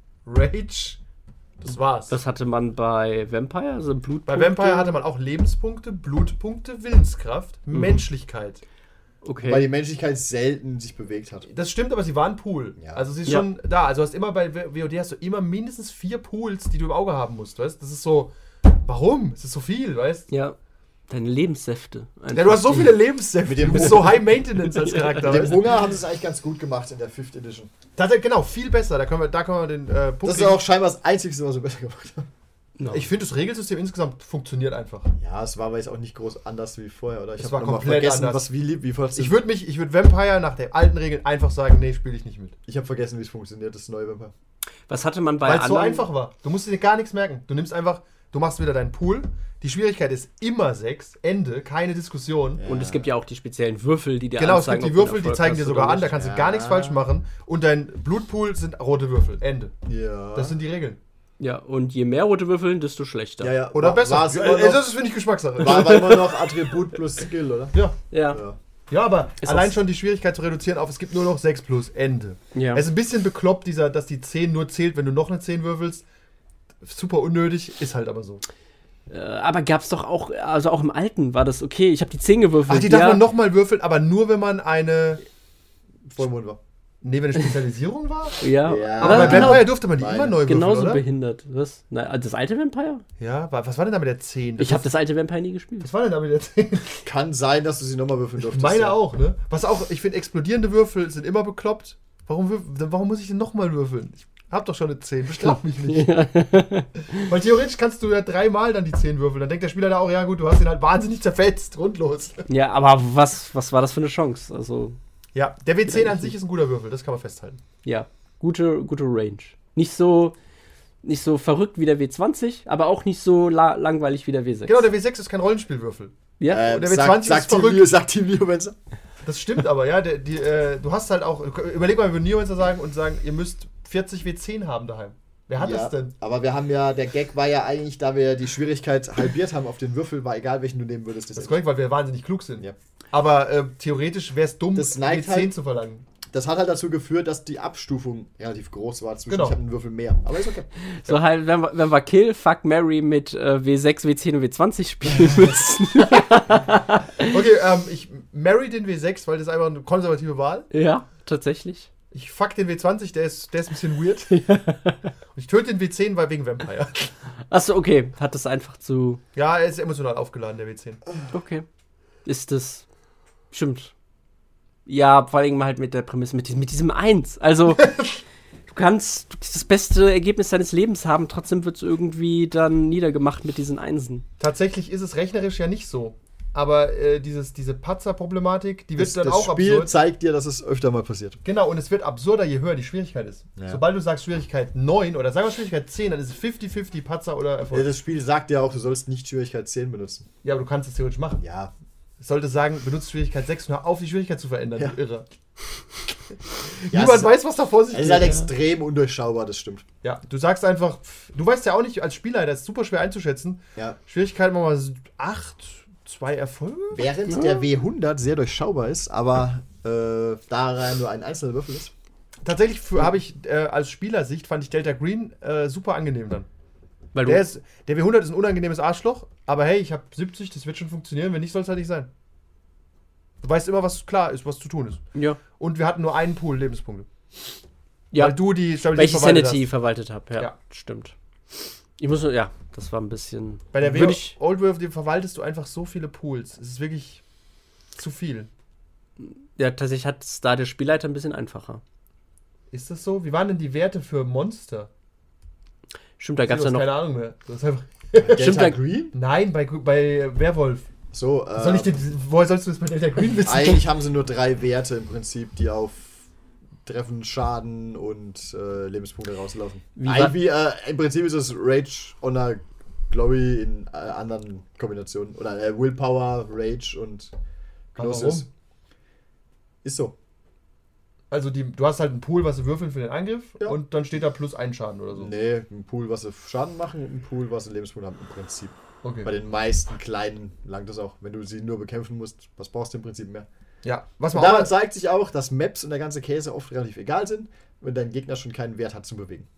Rage. Das war's. Das hatte man bei Vampire, also Blutpunkte. Bei Vampire hatte man auch Lebenspunkte, Blutpunkte, Willenskraft, Menschlichkeit. Okay. Weil die Menschlichkeit selten sich bewegt hat. Das stimmt, aber sie waren Pool. Ja. Also sie ist Ja. schon da. Also hast immer bei WoD hast du immer mindestens 4 Pools, die du im Auge haben musst, weißt? Das ist so, warum? Es ist so viel, weißt? Ja. Deine Lebenssäfte. Ja, du hast so viele Lebenssäfte. Mit dem Du bist so High Maintenance als Charakter, Mit dem weißt? Hunger haben sie es eigentlich ganz gut gemacht in der 5th Edition. Genau, viel besser. Da können wir den Punkt Das ist kriegen. auch scheinbar das Einzige, was sie besser gemacht haben. No. Ich finde, das Regelsystem insgesamt funktioniert einfach. Ja, es war aber jetzt auch nicht groß anders wie vorher, oder? Ich Es hab war noch mal komplett vergessen, anders. wie Ich würde Vampire nach den alten Regeln einfach sagen, nee, spiele ich nicht mit. Ich habe vergessen, wie es funktioniert, das neue Vampire. Was hatte man bei Weil es so anderen? einfach war. Du musst dir gar nichts merken. Du nimmst einfach, du machst wieder deinen Pool. Die Schwierigkeit ist immer 6. Ende, keine Diskussion. Und es gibt ja auch die speziellen Würfel, die dir Genau, es anzeigen, gibt die ob du einen Würfel, die Erfolg zeigen hast dir oder sogar an, nicht. da kannst du Ja. gar nichts falsch machen. Und dein Blutpool sind rote Würfel. Ende. Ja. Das sind die Regeln. Ja, und je mehr rote Würfeln, desto schlechter. ja, ja. Oder besser. War es Ja, immer noch, das ist, finde ich, Geschmackssache. war immer noch Attribut plus Skill, oder? Ja. Ja. Ja. Ja, aber Ist allein auch- schon die Schwierigkeit zu reduzieren auf, es gibt nur noch 6 plus. Ende. Ja. Es ist ein bisschen bekloppt, dass die 10 nur zählt, wenn du noch eine 10 würfelst. Super unnötig, ist halt aber so. Aber gab's doch auch, also auch im Alten war das okay. Ich habe die 10 gewürfelt. Ach, die darf man nochmal würfeln, aber nur, wenn man eine. Vollmond war. Nee, wenn eine Spezialisierung war? Ja, Ja. Aber bei genau, Vampire durfte man die Meine. immer neu würfeln, genauso oder? behindert. Was? Na, das alte Vampire? Ja, was war denn da mit der 10? Ich habe das alte Vampire nie gespielt. Was war denn da mit der 10? Kann sein, dass du sie nochmal würfeln durftest. Meine ja. auch, ne? Was auch, ich finde, explodierende Würfel sind immer bekloppt. Warum muss ich denn nochmal würfeln? Ich hab doch schon eine 10, bestraf mich nicht. Weil theoretisch kannst du ja 3-mal dann die 10 würfeln. Dann denkt der Spieler da auch, ja gut, du hast ihn halt wahnsinnig zerfetzt, grundlos. Ja, aber was war das für eine Chance? Also, Ja, der W10 an sich ist ein guter Würfel, das kann man festhalten. ja, gute Range. Nicht so verrückt wie der W20, aber auch nicht so langweilig wie der W6. Genau, der W6 ist kein Rollenspielwürfel. Ja, der W20 ist verrückt. Sagt Team Neomancer. Das stimmt aber, ja. Du hast halt auch, überleg mal, wir würden Neomancer sagen und sagen, ihr müsst 40 W10 haben daheim. Wer hat das denn? Aber wir haben ja, der Gag war ja eigentlich, da wir die Schwierigkeit halbiert haben auf den Würfel, war egal, welchen du nehmen würdest. Das ist korrekt, weil wir wahnsinnig klug sind. Ja. Aber theoretisch wäre es dumm, Das neigt W10 halt- zu verlangen. Das hat halt dazu geführt, dass die Abstufung relativ groß war. Zwischen Genau. Ich habe einen Würfel mehr. Aber ist okay. so halt, wenn wir Kill, Fuck, Marry mit W6, W10 und W20 spielen müssen. Okay, ich marry den W6, weil das ist einfach eine konservative Wahl. Ja, tatsächlich. Ich fuck den W20, der ist ein bisschen weird. Und ich töte den W10, weil wegen Vampire. Achso, okay. Hat das einfach zu. Ja, er ist emotional aufgeladen, der W10. Okay. Ist das. Stimmt. Ja, vor allem halt mit der Prämisse, mit diesem 1. Also, du kannst das beste Ergebnis deines Lebens haben, trotzdem wird es irgendwie dann niedergemacht mit diesen Einsen. Tatsächlich ist es rechnerisch ja nicht so. Aber diese Patzer-Problematik, die wird dann auch absurd. Das Spiel zeigt dir, dass es öfter mal passiert. Genau, und es wird absurder, je höher die Schwierigkeit ist. Ja. Sobald du sagst Schwierigkeit 9 oder sagen wir Schwierigkeit 10, dann ist es 50-50 Patzer oder Erfolg. Das Spiel sagt ja auch, du sollst nicht Schwierigkeit 10 benutzen. Ja, aber du kannst es theoretisch machen. Ja. Es sollte sagen, benutzt Schwierigkeit 6 und hör auf, die Schwierigkeit zu verändern. Ja. Du Irrer. Ja, Niemand weiß, was da vor sich Es ist halt extrem undurchschaubar, das stimmt. Ja, du sagst einfach, du weißt ja auch nicht als Spielleiter, das ist super schwer einzuschätzen. Ja. Schwierigkeit machen wir 8, 2 Erfolge? Während der W100 sehr durchschaubar ist, aber da rein nur ein einzelner Würfel ist. Tatsächlich habe ich als Spielersicht fand ich Delta Green super angenehm dann. Weil Der W100 ist ein unangenehmes Arschloch, aber hey, ich habe 70, das wird schon funktionieren, wenn nicht, soll es halt nicht sein. Du weißt immer, was klar ist, was zu tun ist. Ja. Und wir hatten nur einen Pool Lebenspunkte. Ja. Weil du die Stabilität Weil ich verwaltet Sanity hast. verwaltet habe. Ja, Ja. stimmt. Ich muss, ja, das war ein bisschen. Bei der Würde ich- Old World verwaltest du einfach so viele Pools. Es ist wirklich zu viel. Ja, tatsächlich hat es da der Spielleiter ein bisschen einfacher. Ist das so? Wie waren denn die Werte für Monster? Stimmt, da gab es ja Du hast noch. keine Ahnung mehr. Du hast einfach Stimmt, Delta da- Green? Nein, bei Werwolf. So, Woher sollst du das bei Delta Green wissen? eigentlich haben sie nur 3 Werte im Prinzip, die auf Treffen, Schaden und Lebenspunkte rauslaufen. Im Prinzip ist es Rage, Honor, Glory in anderen Kombinationen. Oder Willpower, Rage und Gnosis. Warum? Ist so. Also du hast halt einen Pool, was sie würfeln für den Angriff Ja. und dann steht da plus ein Schaden oder so. Nee, ein Pool, was sie Schaden machen und ein Pool, was sie Lebenspunkte haben im Prinzip. Okay. Bei den meisten kleinen langt das auch. Wenn du sie nur bekämpfen musst, was brauchst du im Prinzip mehr? Ja, was Und man auch daran zeigt sich auch, dass Maps und der ganze Käse oft relativ egal sind, wenn dein Gegner schon keinen Wert hat zum Bewegen.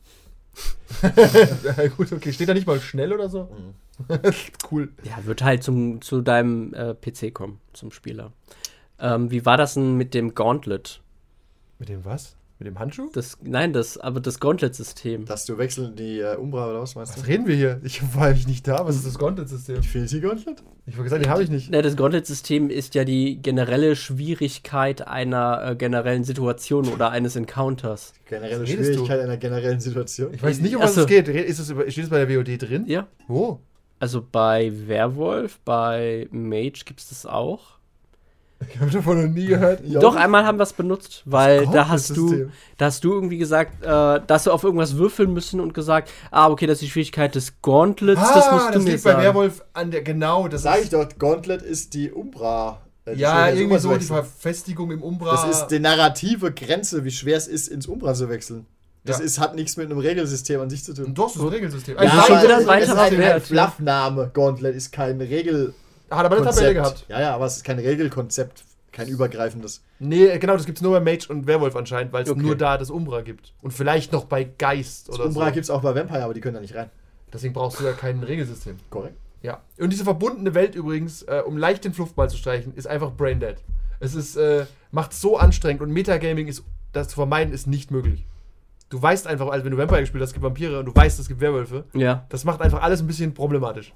Ja, gut, okay. Steht da nicht mal schnell oder so? Cool. Ja, wird halt zu deinem PC kommen, zum Spieler. Wie war das denn mit dem Gauntlet? Mit dem was? Mit dem Handschuh? Das Gauntlet-System. Dass du wechseln die Umbra oder was meinst Was du? reden wir hier? Ich war eigentlich nicht da. Was ist das Gauntlet-System? Infinity Gauntlet? Ich habe gesagt, den habe ich nicht. Ja, das Gauntlet-System ist ja die generelle Schwierigkeit einer generellen Situation oder eines Encounters. Generelle Was redest Schwierigkeit einer generellen Situation. Ich weiß nicht, um was Achso. es geht. Steht es bei der WOD drin? Ja. Wo? Also bei Werwolf, bei Mage gibt es das auch. Ich habe davon noch nie gehört. Ja, Doch, einmal haben wir es benutzt, weil da hast Gauntlet-System. du irgendwie gesagt, dass du auf irgendwas würfeln müssen und gesagt, okay, das ist die Schwierigkeit des Gauntlets, das musst du mir liegt bei sagen. Werwolf an der, genau, das Sag ich ist, doch, Gauntlet ist die Umbra. Die ja, Schwere irgendwie Umbra zu so, die wechseln. Verfestigung im Umbra. Das ist die narrative Grenze, wie schwer es ist, ins Umbra zu wechseln. Das Ja. hat nichts mit einem Regelsystem an sich zu tun. Doch, das ist ein Regelsystem. Ja, ist schon wieder ein weiterer das ist Wert, ein Fluffname. Gauntlet ist kein Regelkonzept. Hat aber eine Tabelle gehabt. Ja, aber es ist kein Regelkonzept, kein übergreifendes. Nee, genau, das gibt's nur bei Mage und Werwolf anscheinend, weil es Okay. nur da das Umbra gibt. Und vielleicht noch bei Geist Das oder Umbra so. gibt es auch bei Vampire, aber die können da nicht rein. Deswegen brauchst du ja kein Regelsystem. Korrekt. Ja. Und diese verbundene Welt übrigens, um leicht den Fluff mal zu streichen, ist einfach braindead. Es ist, macht so anstrengend und Metagaming ist, das zu vermeiden, ist nicht möglich. Du weißt einfach, also wenn du Vampire gespielt hast, es gibt Vampire und du weißt, es gibt Werwölfe. Ja, Das macht einfach alles ein bisschen problematisch.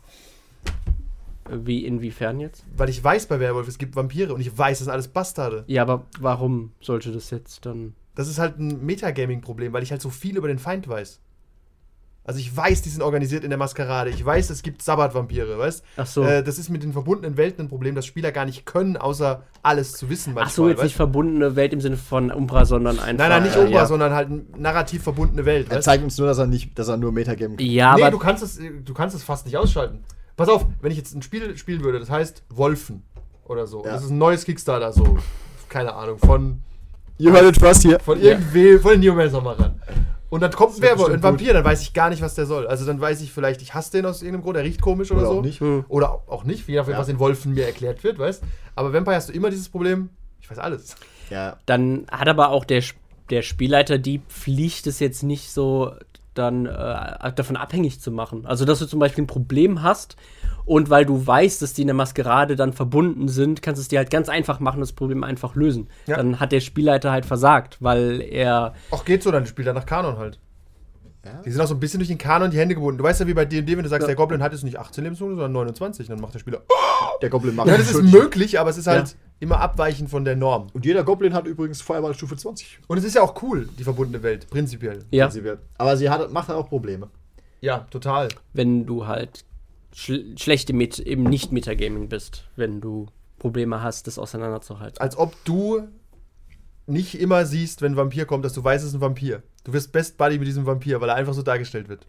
wie inwiefern jetzt? Weil ich weiß bei Werwolf, es gibt Vampire und ich weiß, das sind alles Bastarde. Ja, aber warum sollte das jetzt dann... Das ist halt ein Metagaming-Problem, weil ich halt so viel über den Feind weiß. Also ich weiß, die sind organisiert in der Maskerade. Ich weiß, es gibt Sabbat-Vampire, weißt? Ach so. Das ist mit den verbundenen Welten ein Problem, das Spieler gar nicht können, außer alles zu wissen manchmal. Ach so, jetzt weißt? nicht verbundene Welt im Sinne von Umbra, sondern einfach... Nein, nicht Umbra, ja. sondern halt eine narrativ verbundene Welt. Er Weißt? zeigt uns nur, dass er nur Metagame kann. Ja, Nee, aber... du kannst es fast nicht ausschalten. Pass auf, wenn ich jetzt ein Spiel spielen würde, das heißt Wolfen oder so. Ja. Das ist ein neues Kickstarter, so, keine Ahnung, von You heard it first here. irgendwem, von den Neomancer-Machern. Und dann kommt ein wird Werwolf, ein bestimmt Vampir, dann weiß ich gar nicht, was der soll. Also dann weiß ich vielleicht, ich hasse den aus irgendeinem Grund, der riecht komisch oder, Oder so. auch nicht. Oder auch nicht, je nachdem, Ja. was in Wolfen mir erklärt wird, weißt. Aber Vampire hast du immer dieses Problem, ich weiß alles. Ja. Dann hat aber auch der Spielleiter die Pflicht, es jetzt nicht so dann davon abhängig zu machen. Also, dass du zum Beispiel ein Problem hast und weil du weißt, dass die in der Maskerade dann verbunden sind, kannst du es dir halt ganz einfach machen, das Problem einfach lösen. Ja. Dann hat der Spielleiter halt versagt, weil er... Auch geht so, dann spielt er nach Kanon halt. Ja. Die sind auch so ein bisschen durch den Kanon die Hände gebunden. Du weißt ja, wie bei D&D, wenn du sagst, Ja. der Goblin hat jetzt nicht 18 Lebenspunkte, sondern 29, dann macht der Spieler. Der Goblin macht Ja, das ist 40. möglich, aber es ist halt immer abweichend von der Norm. Und jeder Goblin hat übrigens Feuerballstufe 20. Und es ist ja auch cool, die verbundene Welt, prinzipiell. Ja, Aber macht halt auch Probleme. Ja, total. wenn du halt schlecht im Nicht-Metagaming bist, wenn du Probleme hast, das auseinanderzuhalten. Als ob du nicht immer siehst, wenn ein Vampir kommt, dass du weißt, es ist ein Vampir. Du wirst Best Buddy mit diesem Vampir, weil er einfach so dargestellt wird.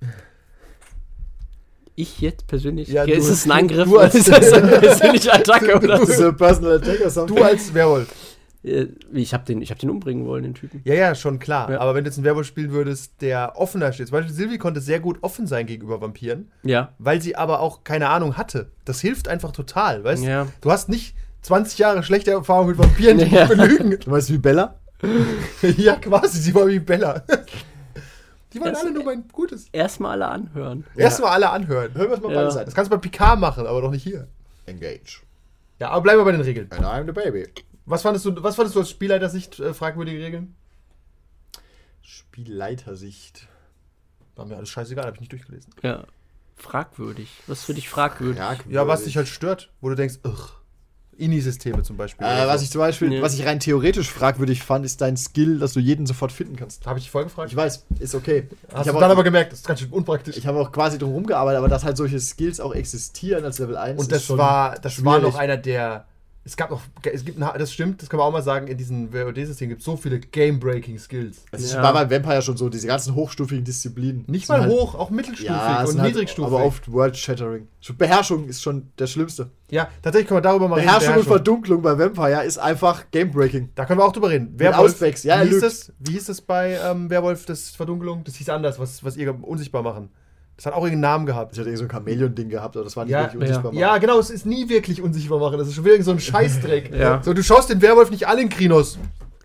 Ich jetzt persönlich? Ja, ist es ein Angriff du oder als- ist das eine persönliche Attacke oder Das ist so? ein Personal Attacker. Du als Werwolf. Ich hab den umbringen wollen, den Typen. Ja, schon klar. Ja. Aber wenn du jetzt einen Werwolf spielen würdest, der offener steht. Zum Beispiel Sylvie konnte sehr gut offen sein gegenüber Vampiren, Ja. weil sie aber auch keine Ahnung hatte. Das hilft einfach total, weißt du? Ja. Du hast nicht 20 Jahre schlechte Erfahrung mit Vampiren, die Ja. dich belügen. Du weißt wie Bella? Ja, quasi, sie war wie Bella. Die wollen Das- alle nur mein Gutes. Erstmal alle anhören. Erstmal alle anhören. Hören wir es mal Ja. beide Das Seiten. kannst du bei Picard machen, aber doch nicht hier. Engage. Ja, aber bleiben wir bei den Regeln. And I'm the baby. Was fandest du aus Spielleiter-Sicht fragwürdige Regeln? Spielleitersicht. War mir alles scheißegal, habe ich nicht durchgelesen. Ja. Fragwürdig. Was ist für dich fragwürdig? Ja, was dich halt stört, wo du denkst, INI-Systeme zum Beispiel. oder Was so. ich zum Beispiel, Ja. was ich rein theoretisch fragwürdig fand, ist dein Skill, dass du jeden sofort finden kannst. Habe ich dich voll gefragt? Ich weiß, ist okay. Hast ich du habe dann auch, aber gemerkt, das ist ganz schön unpraktisch. ich habe auch quasi drum rumgearbeitet, aber dass halt solche Skills auch existieren als Level 1 Und ist das schon war schwierig. noch einer der. Es gibt das stimmt, das kann man auch mal sagen, in diesem WoD-System gibt es so viele Game-Breaking-Skills. Es ist Ja. war bei Vampire schon so, diese ganzen hochstufigen Disziplinen. Nicht sind mal halt, hoch, auch mittelstufig ja, und sind halt niedrigstufig. aber oft World-Shattering. Beherrschung ist schon der Schlimmste. Ja, tatsächlich können wir darüber mal Beherrschung und Verdunklung bei Vampire ist einfach Game-Breaking. Da können wir auch drüber reden. Auswechs. Ja, er wie, hieß lügt. wie hieß das bei Werwolf, das Verdunklung? Das hieß anders, was ihr unsichtbar machen. Das hat auch irgendeinen Namen gehabt. Ich hatte so ein Chamäleon-Ding gehabt, aber das war nicht Ja, wirklich unsichtbar. machen. Ja, genau, es ist nie wirklich unsichtbar machen. Das ist schon wieder so ein Scheißdreck. Ja. So, du schaust den Werwolf nicht an in Krinos.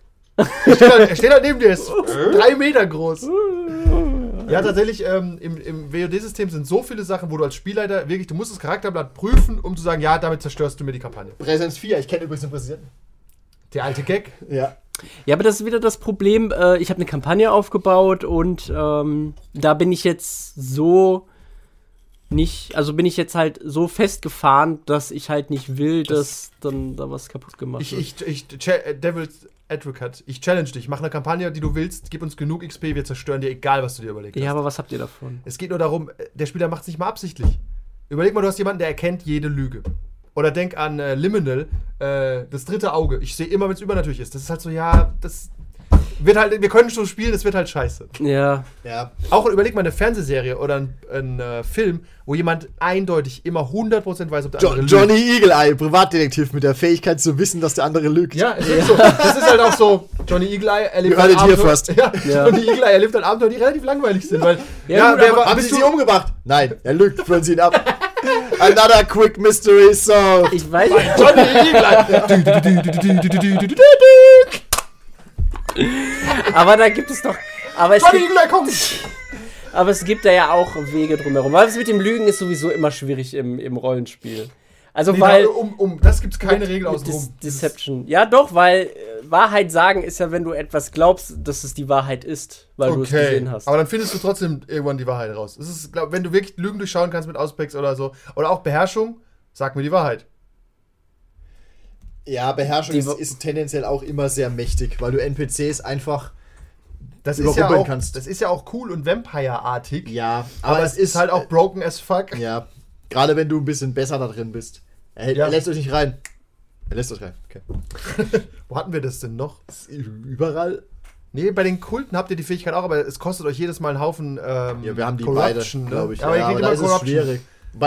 Er steht halt neben dir, ist 3 Meter groß. Ja, tatsächlich, im WoD-System sind so viele Sachen, wo du als Spielleiter wirklich, du musst das Charakterblatt prüfen, um zu sagen, ja, damit zerstörst du mir die Kampagne. Präsenz 4, ich kenne übrigens den Präsidenten. Der alte Gag. Ja. Ja, aber das ist wieder das Problem. Ich habe eine Kampagne aufgebaut und da bin ich jetzt so nicht, also bin ich jetzt halt so festgefahren, dass ich halt nicht will, dass dann da was kaputt gemacht wird. Devil's Advocate, ich challenge dich, mach eine Kampagne, die du willst, gib uns genug XP, wir zerstören dir, egal was du dir überlegst. Ja, aber was habt ihr davon? Es geht nur darum, der Spieler macht es nicht mal absichtlich. Überleg mal, du hast jemanden, der erkennt jede Lüge. Oder denk an Liminal, das dritte Auge. Ich sehe immer, wenn es übernatürlich ist. Das ist halt so, ja, das wird halt, wir können schon spielen, das wird halt scheiße. Ja. Ja. Auch überleg mal eine Fernsehserie oder ein Film, wo jemand eindeutig immer 100% weiß, ob der andere lügt. Johnny Eagle-Eye, Privatdetektiv mit der Fähigkeit zu wissen, dass der andere lügt. Ja, es ist so. Das ist halt auch so, Johnny Eagle-Eye erlebt You heard it here Abenteuer- first. Ja, Ja. Johnny Eagle-Eye erlebt ein Abenteuer, die relativ langweilig sind, weil Ja, gut, aber Haben Sie sie umgebracht? Nein, er lügt, führen Sie ihn ab. Another quick mystery solved. Ich weiß. Johnny Eagle-Eye. Aber da gibt es doch. Aber es, Johnny gibt, Eagle-Eye kommt! aber es gibt da ja auch Wege drumherum. Weil das mit dem Lügen ist sowieso immer schwierig im Rollenspiel. Also, Nee, weil. das gibt's keine Regel mit außenrum. Deception. Ja, doch, weil Wahrheit sagen ist ja, wenn du etwas glaubst, dass es die Wahrheit ist, weil du es Okay, gesehen hast. aber dann findest du trotzdem irgendwann die Wahrheit raus. Es ist, wenn du wirklich Lügen durchschauen kannst mit Auspex oder so, oder auch Beherrschung, sag mir die Wahrheit. Ja, Beherrschung Die- ist tendenziell auch immer sehr mächtig, weil du NPCs einfach. Das ist, ja Überrumpeln auch, kannst. das ist ja auch cool und Vampire-artig, Ja, aber es ist halt auch broken as fuck. Ja, gerade wenn du ein bisschen besser da drin bist. Er Ja. lässt euch nicht rein. Er lässt euch rein, okay. Wo hatten wir das denn noch? Das ist überall. Nee, bei den Kulten habt ihr die Fähigkeit auch, aber es kostet euch jedes Mal einen Haufen Ja, wir haben die Corruption, beide, glaube ich. Ja, aber ihr kriegt aber immer da ist es Corruption. schwierig.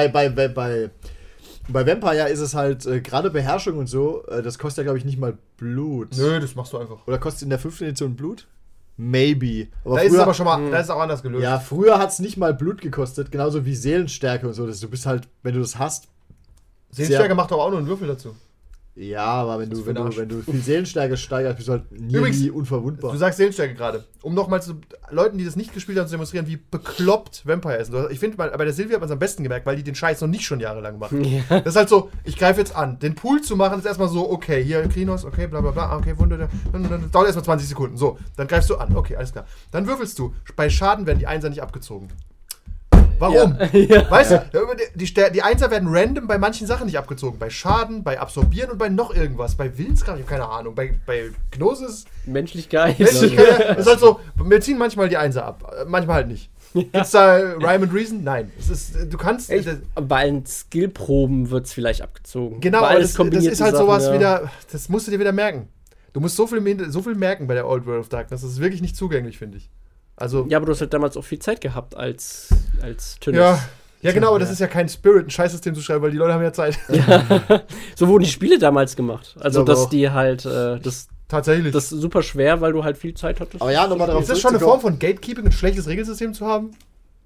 Bei Vampire ist es halt, gerade Beherrschung und so, das kostet ja, glaube ich, nicht mal Blut. Nö, das machst du einfach. Oder kostet in der 5. Edition Blut? Maybe. Aber Da ist es aber schon mal, da ist es auch anders gelöst. Ja, früher hat es nicht mal Blut gekostet, genauso wie Seelenstärke und so. Du bist halt, wenn du das hast, Seelenstärke macht aber auch nur einen Würfel dazu. Ja, aber wenn Das du, ist für den Arsch. wenn du viel Seelenstärke steigerst, bist du halt Übrigens, nie unverwundbar. Du sagst Seelenstärke gerade. Um nochmal zu Leuten, die das nicht gespielt haben, zu demonstrieren, wie bekloppt Vampire ist. Ich finde, bei der Silvia hat man es am besten gemerkt, weil die den Scheiß noch nicht schon jahrelang machen. Ja. Das ist halt so, ich greife jetzt an. Den Pool zu machen ist erstmal so, okay, hier Krinos, okay, bla bla bla, okay, Wunder, dann dauert erstmal 20 Sekunden. So, dann greifst du an, okay, alles klar. Dann würfelst du. Bei Schaden werden die Einser nicht abgezogen. Warum? Ja. Weißt du, die Einser werden random bei manchen Sachen nicht abgezogen. Bei Schaden, bei Absorbieren und bei noch irgendwas. Bei Willenskraft, ich habe keine Ahnung. Bei Gnosis, Menschlichkeit. ist halt so, wir ziehen manchmal die Einser ab, manchmal halt nicht. Gibt's da Rhyme and Reason? Nein. Es ist, du kannst... Echt? Bei den Skillproben wird es vielleicht abgezogen. Genau, Bei aber alles das ist kombinierte halt Sachen, sowas ja. wieder, das musst du dir wieder merken. Du musst so viel merken bei der Old World of Darkness. Das ist wirklich nicht zugänglich, finde ich. Also, Ja, aber du hast halt damals auch viel Zeit gehabt als Tünnes. ja, genau, aber das ist ja kein Spirit, ein Scheißsystem zu schreiben, weil die Leute haben ja Zeit. So wurden die Spiele damals gemacht. Also, Ich glaube dass auch. die halt, das Tatsächlich. ist super schwer, weil du halt viel Zeit hattest. Aber ja, nochmal darauf Ist das schon eine Form von Gatekeeping, ein schlechtes Regelsystem zu haben?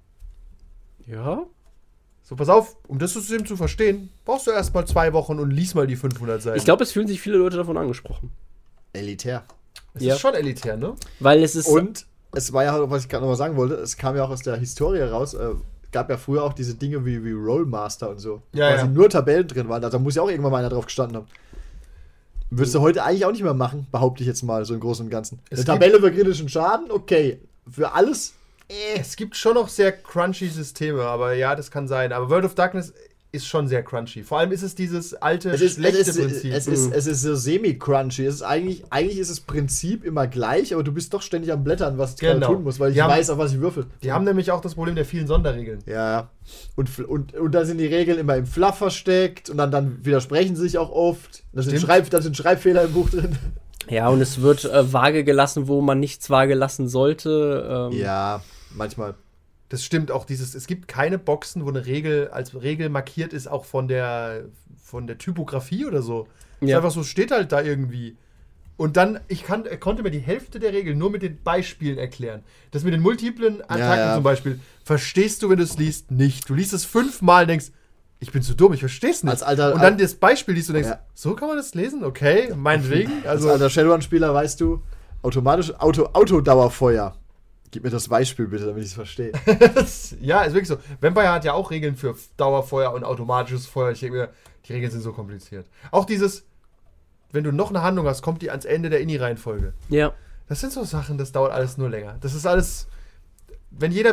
Ja. So, pass auf, um das System zu verstehen, brauchst du erst mal 2 Wochen und lies mal die 500 Seiten. Ich glaube, es fühlen sich viele Leute davon angesprochen. elitär. es ja. ist schon elitär, ne? Weil es ist. Und es war ja, was ich gerade noch mal sagen wollte, es kam ja auch aus der Historie raus, gab ja früher auch diese Dinge wie Rollmaster und so. Ja, quasi ja. nur Tabellen drin waren. Da muss ja auch irgendwann mal einer drauf gestanden haben. Würdest du heute eigentlich auch nicht mehr machen, behaupte ich jetzt mal, so im Großen und Ganzen. Es Eine Tabelle für kritischen Schaden, okay. Für alles, Es gibt schon noch sehr crunchy Systeme, aber ja, das kann sein. Aber World of Darkness ist schon sehr crunchy. Vor allem ist es dieses alte, schlechte Prinzip. es ist so semi-crunchy. Es ist eigentlich ist das Prinzip immer gleich, aber du bist doch ständig am Blättern, was du gerade Genau. tun musst, weil ich Die haben- weiß, auf was ich würfel. Die haben nämlich auch das Problem der vielen Sonderregeln. Ja, und da sind die Regeln immer im Fluff versteckt und dann widersprechen sie sich auch oft. Da sind Schreibfehler im Buch drin. Ja, und es wird vage gelassen, wo man nichts vage lassen sollte. Ja, manchmal. Das stimmt auch, es gibt keine Boxen, wo eine Regel als Regel markiert ist, auch von der Typografie oder so. Es ist Ja. einfach so, steht halt da irgendwie. Und dann, konnte mir die Hälfte der Regeln nur mit den Beispielen erklären. Das mit den multiplen Attacken Ja. zum Beispiel, verstehst du, wenn du es liest, nicht. Du liest es 5-mal und denkst, ich bin zu dumm, ich verstehe es nicht. Als alter- und dann das Beispiel liest du und denkst, Ja. so kann man das lesen? Okay, meinetwegen. Als Also, alter Shadowrun-Spieler weißt du, automatisch Autodauerfeuer. Gib mir das Beispiel bitte, damit ich es verstehe. ja, ist wirklich so. Vampire hat ja auch Regeln für Dauerfeuer und automatisches Feuer. Ich denke mir, die Regeln sind so kompliziert. Auch dieses, wenn du noch eine Handlung hast, kommt die ans Ende der Inni-Reihenfolge. Ja. Das sind so Sachen, das dauert alles nur länger. Das ist alles, wenn jeder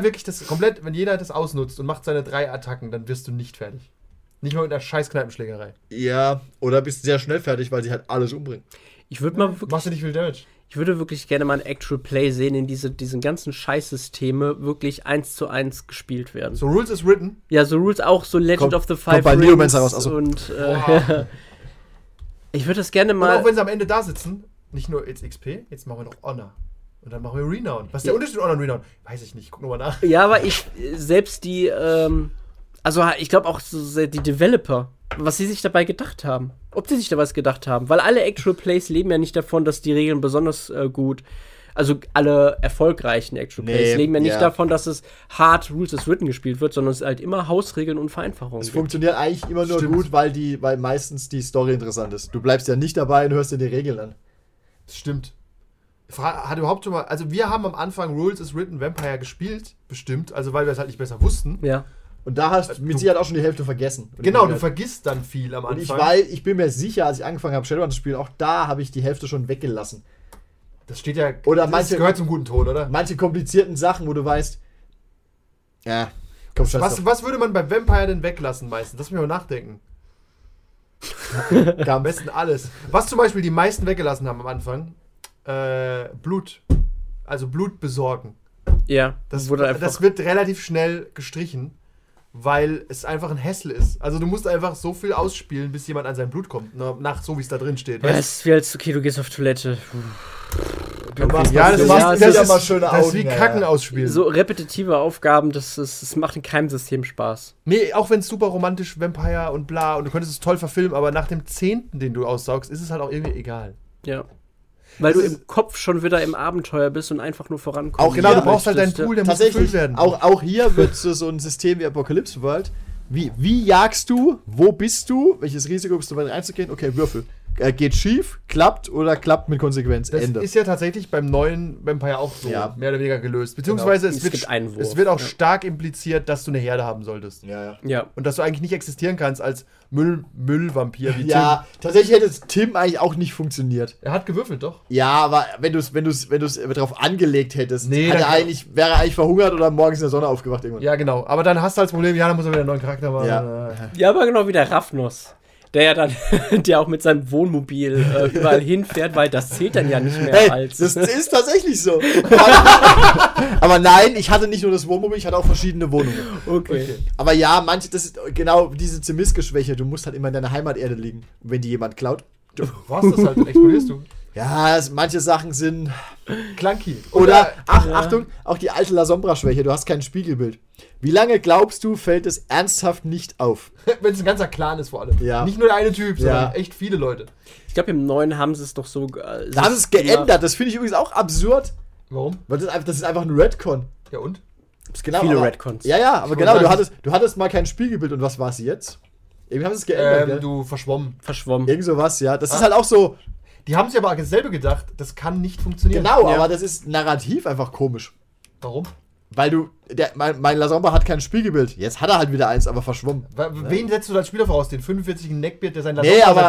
das ausnutzt und macht seine 3 Attacken, dann wirst du nicht fertig. Nicht mal mit einer scheiß Kneipenschlägerei. Ja, oder bist sehr schnell fertig, weil sie halt alles umbringen. Ich würde mal Machst du nicht viel Damage. Ich würde wirklich gerne mal ein Actual Play sehen, in diesen ganzen Scheißsysteme wirklich 1:1 gespielt werden. So Rules is written. Ja, so Rules auch, so Legend Kommt- of the kommt Five bei Rings Neomancer raus, also. und Boah. ich würde das gerne Und mal. auch wenn sie am Ende da sitzen, nicht nur jetzt XP, jetzt machen wir noch Honor. Und dann machen wir Renown. Was ist der Ja. Unterschied zwischen Honor und Renown? Weiß ich nicht, guck nochmal nach. Ja, aber selbst die, also ich glaube auch so die Developer, was sie sich dabei gedacht haben. Ob sie sich da was gedacht haben. Weil alle Actual Plays leben ja nicht davon, dass die Regeln besonders gut, also alle erfolgreichen Actual Plays leben ja nicht davon, dass es hart Rules is Written gespielt wird, sondern es ist halt immer Hausregeln und Vereinfachungen. Es gibt. funktioniert eigentlich immer nur Stimmt. gut, weil meistens die Story interessant ist. Du bleibst ja nicht dabei und hörst dir die Regeln an. Das stimmt. Hat überhaupt schon mal, also wir haben am Anfang Rules is Written Vampire gespielt, bestimmt, also weil wir es halt nicht besser wussten. Ja. Und da hast du mit Sicherheit auch schon die Hälfte vergessen. Genau, du vergisst dann viel am Und Anfang. ich bin mir sicher, als ich angefangen habe, Shadowrun zu spielen, auch da habe ich die Hälfte schon weggelassen. Das steht ja, Oder das gehört zum guten Ton, oder? Manche komplizierten Sachen, wo du weißt, ja, komm schon. Was würde man bei Vampire denn weglassen meistens? Lass mich mal nachdenken. Am besten alles. Was zum Beispiel die meisten weggelassen haben am Anfang, Blut. Also Blut besorgen. Ja, Das wurde einfach. das wird relativ schnell gestrichen, weil es einfach ein Hassel ist. Also du musst einfach so viel ausspielen, bis jemand an sein Blut kommt. Nach so, wie es da drin steht. ja, es ist wie als, okay, du gehst auf Toilette. Du machst Ja, das, das, du machst das wieder ist- mal schöne Augen. das ist wie ja, Kacken ja. ausspielen. So repetitive Aufgaben, das macht in keinem System Spaß. Nee, auch wenn es super romantisch, Vampire und bla, und du könntest es toll verfilmen, aber nach dem 10., den du aussaugst, ist es halt auch irgendwie egal. Ja. Weil Das du ist- im Kopf schon wieder im Abenteuer bist und einfach nur vorankommst. Auch Genau, hier du brauchst halt deinen möchtest, Pool, der muss Tatsächlich, gefüllt werden. auch hier wird so ein System wie Apocalypse World. Wie jagst du? Wo bist du? Welches Risiko bist du bereit reinzugehen? Okay, Würfel. geht schief, klappt oder klappt mit Konsequenz. Das Ende. ist ja tatsächlich beim neuen Vampire auch so mehr oder weniger gelöst. Beziehungsweise Es gibt einen Wurf, es wird auch stark impliziert, dass du eine Herde haben solltest. Ja. Und dass du eigentlich nicht existieren kannst als Müllvampir wie Tim. Ja, tatsächlich hätte Tim eigentlich auch nicht funktioniert. Er hat gewürfelt, doch. Ja, aber wenn du es darauf angelegt hättest, Nee, wäre dann- er eigentlich verhungert oder morgens in der Sonne aufgewacht irgendwann. Ja, genau. Aber dann hast du halt das Problem, dann muss er wieder einen neuen Charakter machen. Ja. Ja, aber genau wie der Raphnos. Der ja dann, der auch mit seinem Wohnmobil überall hinfährt, weil das zählt dann ja nicht mehr Hey, als. das ist tatsächlich so. Aber nein, ich hatte nicht nur das Wohnmobil, ich hatte auch verschiedene Wohnungen. Okay. Aber ja, das ist genau diese Zimiske-Schwäche. Du musst halt immer in deiner Heimaterde liegen. Und wenn die jemand klaut. Was das halt, dann explodierst du. Ja, manche Sachen sind. Clunky. Oder, Achtung, auch die alte La Sombra-Schwäche, du hast kein Spiegelbild. Wie lange glaubst du, fällt es ernsthaft nicht auf? Wenn es ein ganzer Clan ist vor allem. Ja. Nicht nur der eine Typ, sondern Ja. echt viele Leute. Ich glaube, im neuen haben sie es doch so. Da haben sie es geändert, das finde ich übrigens auch absurd. Warum? Weil das ist einfach ein Redcon. Ja und? Das ist genau, Viele aber, Redcons. Ja, aber Ich genau, wollte du sagen, hattest mal kein Spiegelbild und was war es jetzt? Irgendwie haben sie es geändert, gell? Du verschwommen. Verschwommen. Irgend sowas, ja. Das ist halt auch so, Die haben sich aber dasselbe gedacht, das kann nicht funktionieren. genau, Ja. aber das ist narrativ einfach komisch. Warum? Weil mein La Sombra hat kein Spiegelbild. Jetzt hat er halt wieder eins, aber verschwommen. Wen setzt du als Spieler voraus? Den 45-jährigen Neckbeard, der sein Nee, aber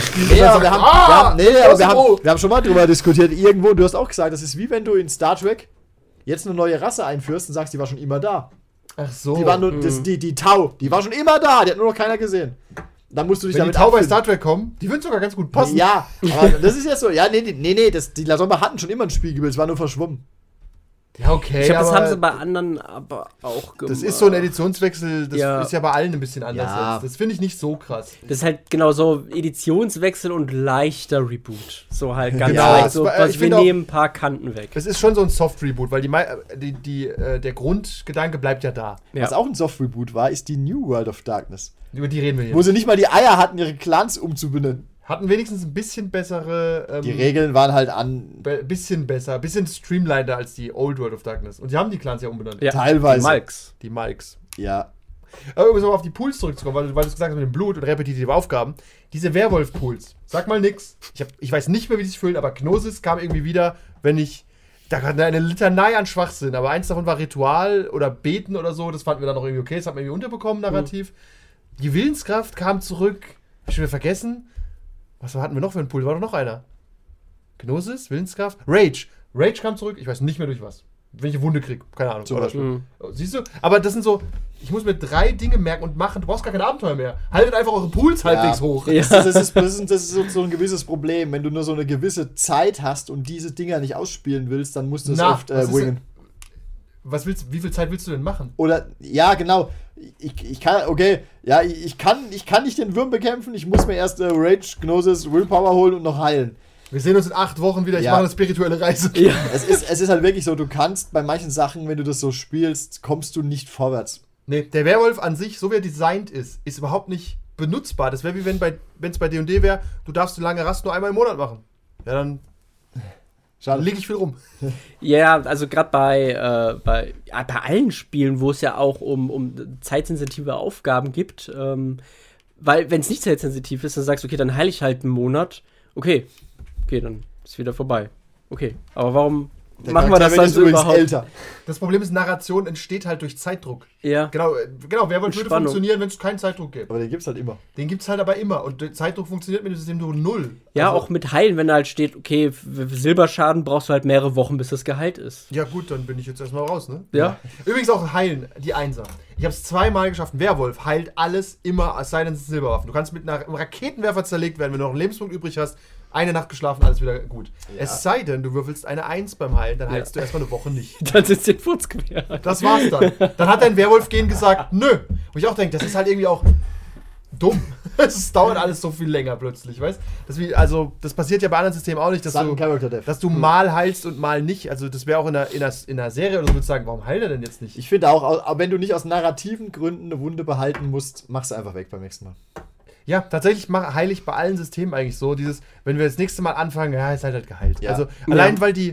wir haben schon mal drüber diskutiert. Irgendwo, du hast auch gesagt, das ist wie wenn du in Star Trek jetzt eine neue Rasse einführst und sagst, die war schon immer da. Ach so. Die war nur, die Tau, die war schon immer da, die hat nur noch keiner gesehen. Dann musst du dich Wenn die damit Tau bei abfinden. Star Trek kommen, die würden sogar ganz gut passen. Ja, aber das ist ja so. Ja, nee, die La Sombra hatten schon immer ein Spiegelbild, es war nur verschwommen. Ja, okay. Ich glaube, das aber haben sie bei anderen aber auch gemacht. das ist so ein Editionswechsel, das Ja. ist ja bei allen ein bisschen anders Ja. jetzt. Das finde ich nicht so krass. Das ist halt genau so Editionswechsel und leichter Reboot. So halt ganz Genau, leicht. So, ich wir finde auch- nehmen ein paar Kanten weg. Es ist schon so ein Soft-Reboot, weil der Grundgedanke bleibt ja da. Ja. Was auch ein Soft-Reboot war, ist die New World of Darkness. Über die reden wir hier. Wo sie nicht mal die Eier hatten, ihre Clans umzubenennen. Hatten wenigstens ein bisschen bessere. Die Regeln waren halt Bisschen besser, bisschen streamliner als die Old World of Darkness. Und die haben die Clans ja umbenannt. Ja, teilweise. Die Malks. Die Malks. Ja. Aber übrigens, um auf die Pools zurückzukommen, weil du es gesagt hast mit dem Blut und repetitive Aufgaben. Diese Werwolf-Pools. Sag mal nix. Ich weiß nicht mehr, wie die sich fühlen, aber Gnosis kam irgendwie wieder, wenn ich. Da hatte eine Litanei an Schwachsinn, aber eins davon war Ritual oder Beten oder so. Das fanden wir dann noch irgendwie okay. Das hat man irgendwie unterbekommen, narrativ. Die Willenskraft kam zurück. Hab ich schon wieder vergessen. Was hatten wir noch für einen Pool? War doch noch einer. Gnosis, Willenskraft, Rage. Rage kam zurück. Ich weiß nicht mehr durch was. Wenn ich eine Wunde kriege. Keine Ahnung. Zum Oder- Beispiel. Oh, siehst du? Aber das sind so, ich muss mir 3 Dinge merken und machen. Du brauchst gar kein Abenteuer mehr. Haltet einfach eure Pools halbwegs hoch. Ja. Das ist so ein gewisses Problem. Wenn du nur so eine gewisse Zeit hast und diese Dinger nicht ausspielen willst, dann musst du es oft was ist wingen. wie viel Zeit willst du denn machen? Oder, ja, genau. Ich kann, okay, ja, ich kann nicht den Würm bekämpfen, ich muss mir erst Rage, Gnosis, Willpower holen und noch heilen. Wir sehen uns in 8 Wochen wieder. Ich Ja. mache eine spirituelle Reise. Ja. Es ist halt wirklich so, du kannst bei manchen Sachen, wenn du das so spielst, kommst du nicht vorwärts. Nee, der Werwolf an sich, so wie er designt ist überhaupt nicht benutzbar. Das wäre wie wenn es bei D&D wäre, du darfst eine lange Rast nur einmal im Monat machen. Ja, dann Schade. liege ich viel rum. Ja, also gerade bei allen Spielen, wo es ja auch um zeitsensitive Aufgaben gibt, weil wenn es nicht zeitsensitiv ist, dann sagst du, okay, dann heile ich halt einen Monat. Okay, dann ist wieder vorbei. Okay, aber warum Der machen wir das Charakter dann wird so übrigens überhaupt? älter. Das Problem ist, Narration entsteht halt durch Zeitdruck. Ja. Genau, Werwolf würde Spannung. funktionieren, wenn es keinen Zeitdruck gäbe. Aber den gibt's halt immer. Den gibt es halt aber immer. Und der Zeitdruck funktioniert mit dem System nur 0. Ja, Also- auch mit Heilen, wenn da halt steht, okay, für Silberschaden brauchst du halt mehrere Wochen, bis das geheilt ist. Ja gut, dann bin ich jetzt erstmal raus, ne? Ja. Übrigens auch heilen, die Einser. Ich habe es 2-mal geschafft. Ein Werwolf heilt alles immer, es sei denn, es sind Silberwaffen. Du kannst mit einem Raketenwerfer zerlegt werden, wenn du noch einen Lebenspunkt übrig hast. Eine Nacht geschlafen, alles wieder gut. Ja. Es sei denn, du würfelst eine 1 beim Heilen, dann heilst du erstmal eine Woche nicht. Dann sind sie den Furz quer. Das war's dann. Dann hat dein Werwolf-Gen gesagt, nö. Wo ich auch denke, das ist halt irgendwie auch dumm. Es dauert alles so viel länger plötzlich, weißt du? Das passiert ja bei anderen Systemen auch nicht, dass Sudden du, Character Death. dass du mal heilst und mal nicht. Also das wäre auch in einer Serie oder so, würde ich sagen, warum heilt er denn jetzt nicht? Ich finde auch, wenn du nicht aus narrativen Gründen eine Wunde behalten musst, mach's einfach weg beim nächsten Mal. Ja, tatsächlich heile ich bei allen Systemen eigentlich so, wenn wir das nächste Mal anfangen, ja, ist halt geheilt. Ja. Also allein, weil die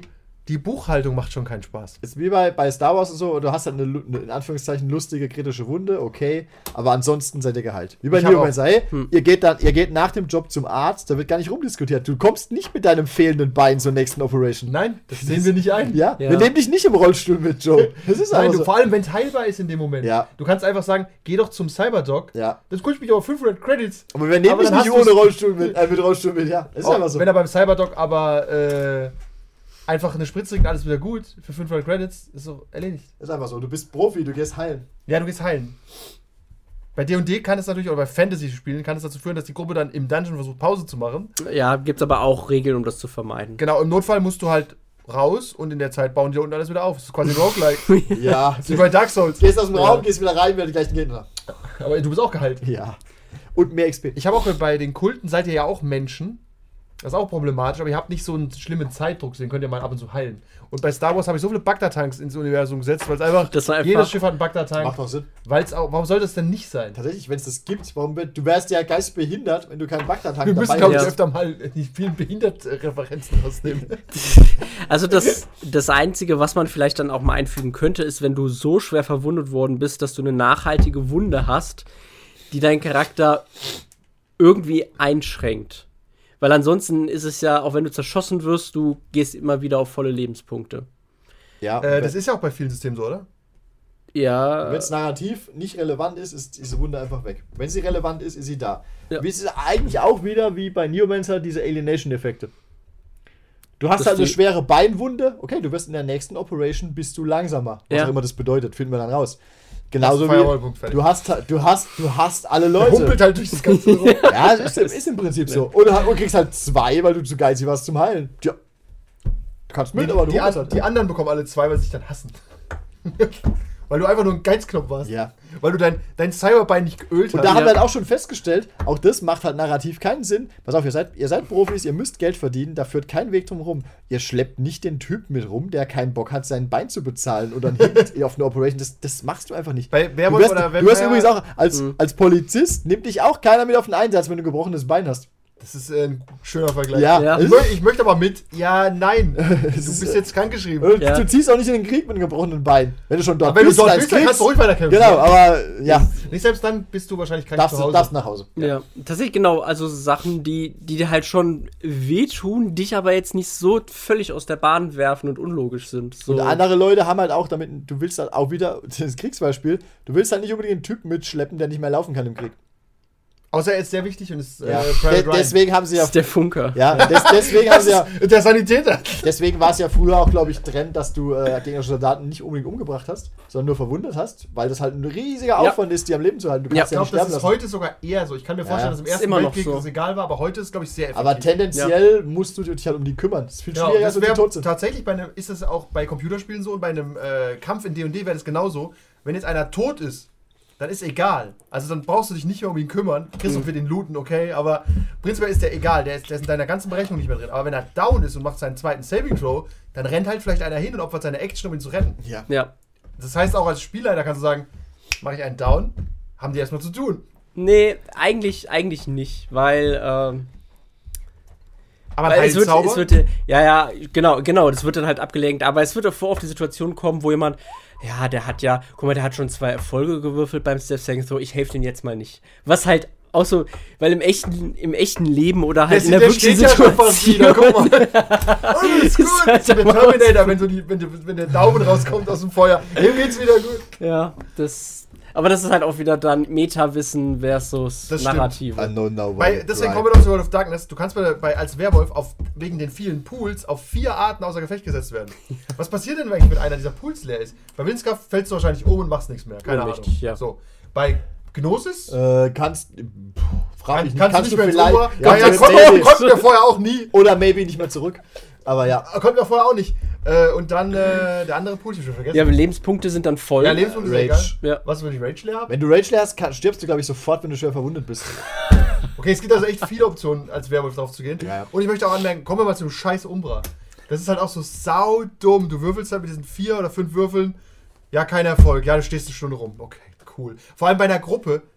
die Buchhaltung macht schon keinen Spaß. Ist wie bei Star Wars und so, du hast halt eine in Anführungszeichen lustige, kritische Wunde, okay, aber ansonsten seid ihr geheilt. Wie bei Neuromancer, hey, ihr geht nach dem Job zum Arzt, da wird gar nicht rumdiskutiert. Du kommst nicht mit deinem fehlenden Bein zur nächsten Operation. Nein, das sehen wir nicht ein. Ja? Wir nehmen dich nicht im Rollstuhl mit, Joe. Das ist Nein, einfach so. vor allem, wenn es heilbar ist in dem Moment. Ja. Du kannst einfach sagen, geh doch zum Cyberdoc. Ja. Das kostet mich aber 500 Credits. Aber wir nehmen dich dann nicht hast ohne Rollstuhl mit Rollstuhl mit, ja. Das ist einfach so. Wenn er beim Cyberdoc aber einfach eine Spritze kriegt, alles wieder gut, für 500 Credits, ist so erledigt. Das ist einfach so. Du bist Profi, du gehst heilen. Ja, du gehst heilen. Bei D&D kann es natürlich, oder bei Fantasy-Spielen kann es dazu führen, dass die Gruppe dann im Dungeon versucht, Pause zu machen. Ja, gibt's aber auch Regeln, um das zu vermeiden. Genau, im Notfall musst du halt raus und in der Zeit bauen die da unten alles wieder auf. Das ist quasi ein Roguelike. Ja. Wie bei Dark Souls. Gehst aus dem Raum, gehst wieder rein, wieder die gleichen Gegner. Aber du bist auch geheilt. Ja. Und mehr XP. Ich habe auch bei den Kulten, seid ihr ja auch Menschen. Das ist auch problematisch, aber ihr habt nicht so einen schlimmen Zeitdruck, den könnt ihr mal ab und zu heilen. Und bei Star Wars habe ich so viele Bagdad-Tanks ins Universum gesetzt, weil es einfach, jedes Schiff hat einen Bagdad-Tank. Macht doch Sinn. Warum soll das denn nicht sein? Tatsächlich, wenn es das gibt, du wärst ja geistbehindert, wenn du keinen Bagdad-Tank dabei Wir müssen, hast. glaube ich, öfter mal die vielen Behindert-Referenzen rausnehmen. Also das Einzige, was man vielleicht dann auch mal einfügen könnte, ist, wenn du so schwer verwundet worden bist, dass du eine nachhaltige Wunde hast, die deinen Charakter irgendwie einschränkt. Weil ansonsten ist es ja, auch wenn du zerschossen wirst, du gehst immer wieder auf volle Lebenspunkte. Ja, das ist ja auch bei vielen Systemen so, oder? Ja. Wenn es narrativ nicht relevant ist, ist diese Wunde einfach weg. Wenn sie relevant ist, ist sie da. Ja. Es ist eigentlich auch wieder wie bei Neuromancer diese Alienation-Effekte. Du hast halt eine schwere Beinwunde, okay, du wirst in der nächsten Operation bist du langsamer. Was auch immer das bedeutet, finden wir dann raus. Genauso wie du hast alle Leute. Humpelt halt durch das ganze Rum. Ja, ist im Prinzip so. Und kriegst halt 2, weil du zu geizig warst zum Heilen. Tja. Du kannst mit, aber du die halt. anderen bekommen alle 2, weil sie sich dann hassen. Weil du einfach nur ein Geizknopf warst. Ja. Weil du dein Cyberbein nicht geölt hast. Und da haben wir halt auch schon festgestellt, auch das macht halt narrativ keinen Sinn. Pass auf, ihr seid Profis, ihr müsst Geld verdienen, da führt kein Weg drum rum. Ihr schleppt nicht den Typ mit rum, der keinen Bock hat, sein Bein zu bezahlen oder ein Hit auf eine Operation. Das machst du einfach nicht. Bei Du hast übrigens auch, als Polizist, nimmt dich auch keiner mit auf den Einsatz, wenn du ein gebrochenes Bein hast. Das ist ein schöner Vergleich. Ja. Ich möchte aber mit, ja, nein. Du bist jetzt krankgeschrieben. Ja. Du ziehst auch nicht in den Krieg mit einem gebrochenen Bein. Wenn du schon dort aber bist, wenn du dort bist, dann kannst du ruhig weiterkämpfen. Genau, aber ja. Nicht selbst dann bist du wahrscheinlich krank zu Hause. Darfst nach Hause. Ja, tatsächlich genau. Also Sachen, die dir halt schon wehtun, dich aber jetzt nicht so völlig aus der Bahn werfen und unlogisch sind. So. Und andere Leute haben halt auch damit, du willst halt auch wieder, das Kriegsbeispiel, du willst halt nicht unbedingt einen Typen mitschleppen, der nicht mehr laufen kann im Krieg. Außer er ist sehr wichtig und ist deswegen haben sie ja... Das ist der Funker. Ja, deswegen haben sie ja... Der Sanitäter. Deswegen war es ja früher auch, glaube ich, Trend, dass du gegnerische Soldaten nicht unbedingt umgebracht hast, sondern nur verwundet hast, weil das halt ein riesiger Aufwand ist, die am Leben zu halten. Du kannst ich nicht glaube, das sterben ist lassen. heute sogar eher so. Ich kann mir vorstellen, dass im Ersten immer noch Weltkrieg so. das egal war, aber heute ist es, glaube ich, sehr effektiv. Aber tendenziell musst du dich halt um die kümmern. Das ist viel schwieriger, als wenn die tot sind. Tatsächlich ist es auch bei Computerspielen so und bei einem Kampf in D&D wäre das genauso. Wenn jetzt einer tot ist, dann ist egal. Also dann brauchst du dich nicht mehr um ihn kümmern. Kriegst du für den Looten, okay, aber prinzipiell ist der egal. Der ist in deiner ganzen Berechnung nicht mehr drin. Aber wenn er down ist und macht seinen zweiten Saving Throw, dann rennt halt vielleicht einer hin und opfert seine Action, um ihn zu retten. Ja. Das heißt auch als Spielleiter kannst du sagen, mache ich einen down, haben die erstmal zu tun. Nee, eigentlich nicht, weil Aber weil es wird ja, genau, das wird dann halt abgelenkt, aber es wird auch vor auf die Situation kommen, wo jemand, ja, der hat schon 2 Erfolge gewürfelt beim Step Saving Throw, ich helfe den jetzt mal nicht. Was halt auch so, weil im echten Leben oder halt in der wirklichen Situation. Ja guck mal. Oh, ist gut. Halt der Terminator, wenn der Daumen rauskommt aus dem Feuer, dem geht's wieder gut. Ja, aber das ist halt auch wieder dann Meta-Wissen versus Narrative. Deswegen kommen wir doch zu World of Darkness. Du kannst als Werwolf wegen den vielen Pools auf 4 Arten außer Gefecht gesetzt werden. Was passiert denn eigentlich, wenn einer dieser Pools leer ist? Bei Windskaft fällst du wahrscheinlich um und machst nichts mehr. Keine Ahnung. Ja. So. Bei Gnosis? Kannst du vielleicht. Konnten wir vorher auch nie. Oder maybe nicht mehr zurück. Aber ja. Konnten wir vorher auch nicht. Und dann der andere Pool, ich hab schon vergessen. Ja, Lebenspunkte sind dann voll. Ja, Lebenspunkte sind egal. Ja. Was, wenn ich Rage leer habe? Wenn du Rage leer hast, stirbst du, glaube ich, sofort, wenn du schwer verwundet bist. Okay, es gibt also echt viele Optionen, als Werwolf drauf zu gehen. Ja. Und ich möchte auch anmerken, kommen wir mal zum scheiß Umbra. Das ist halt auch so saudumm. Du würfelst halt mit diesen 4 oder 5 Würfeln. Ja, kein Erfolg. Ja, du stehst eine Stunde rum. Okay, cool. Vor allem bei einer Gruppe.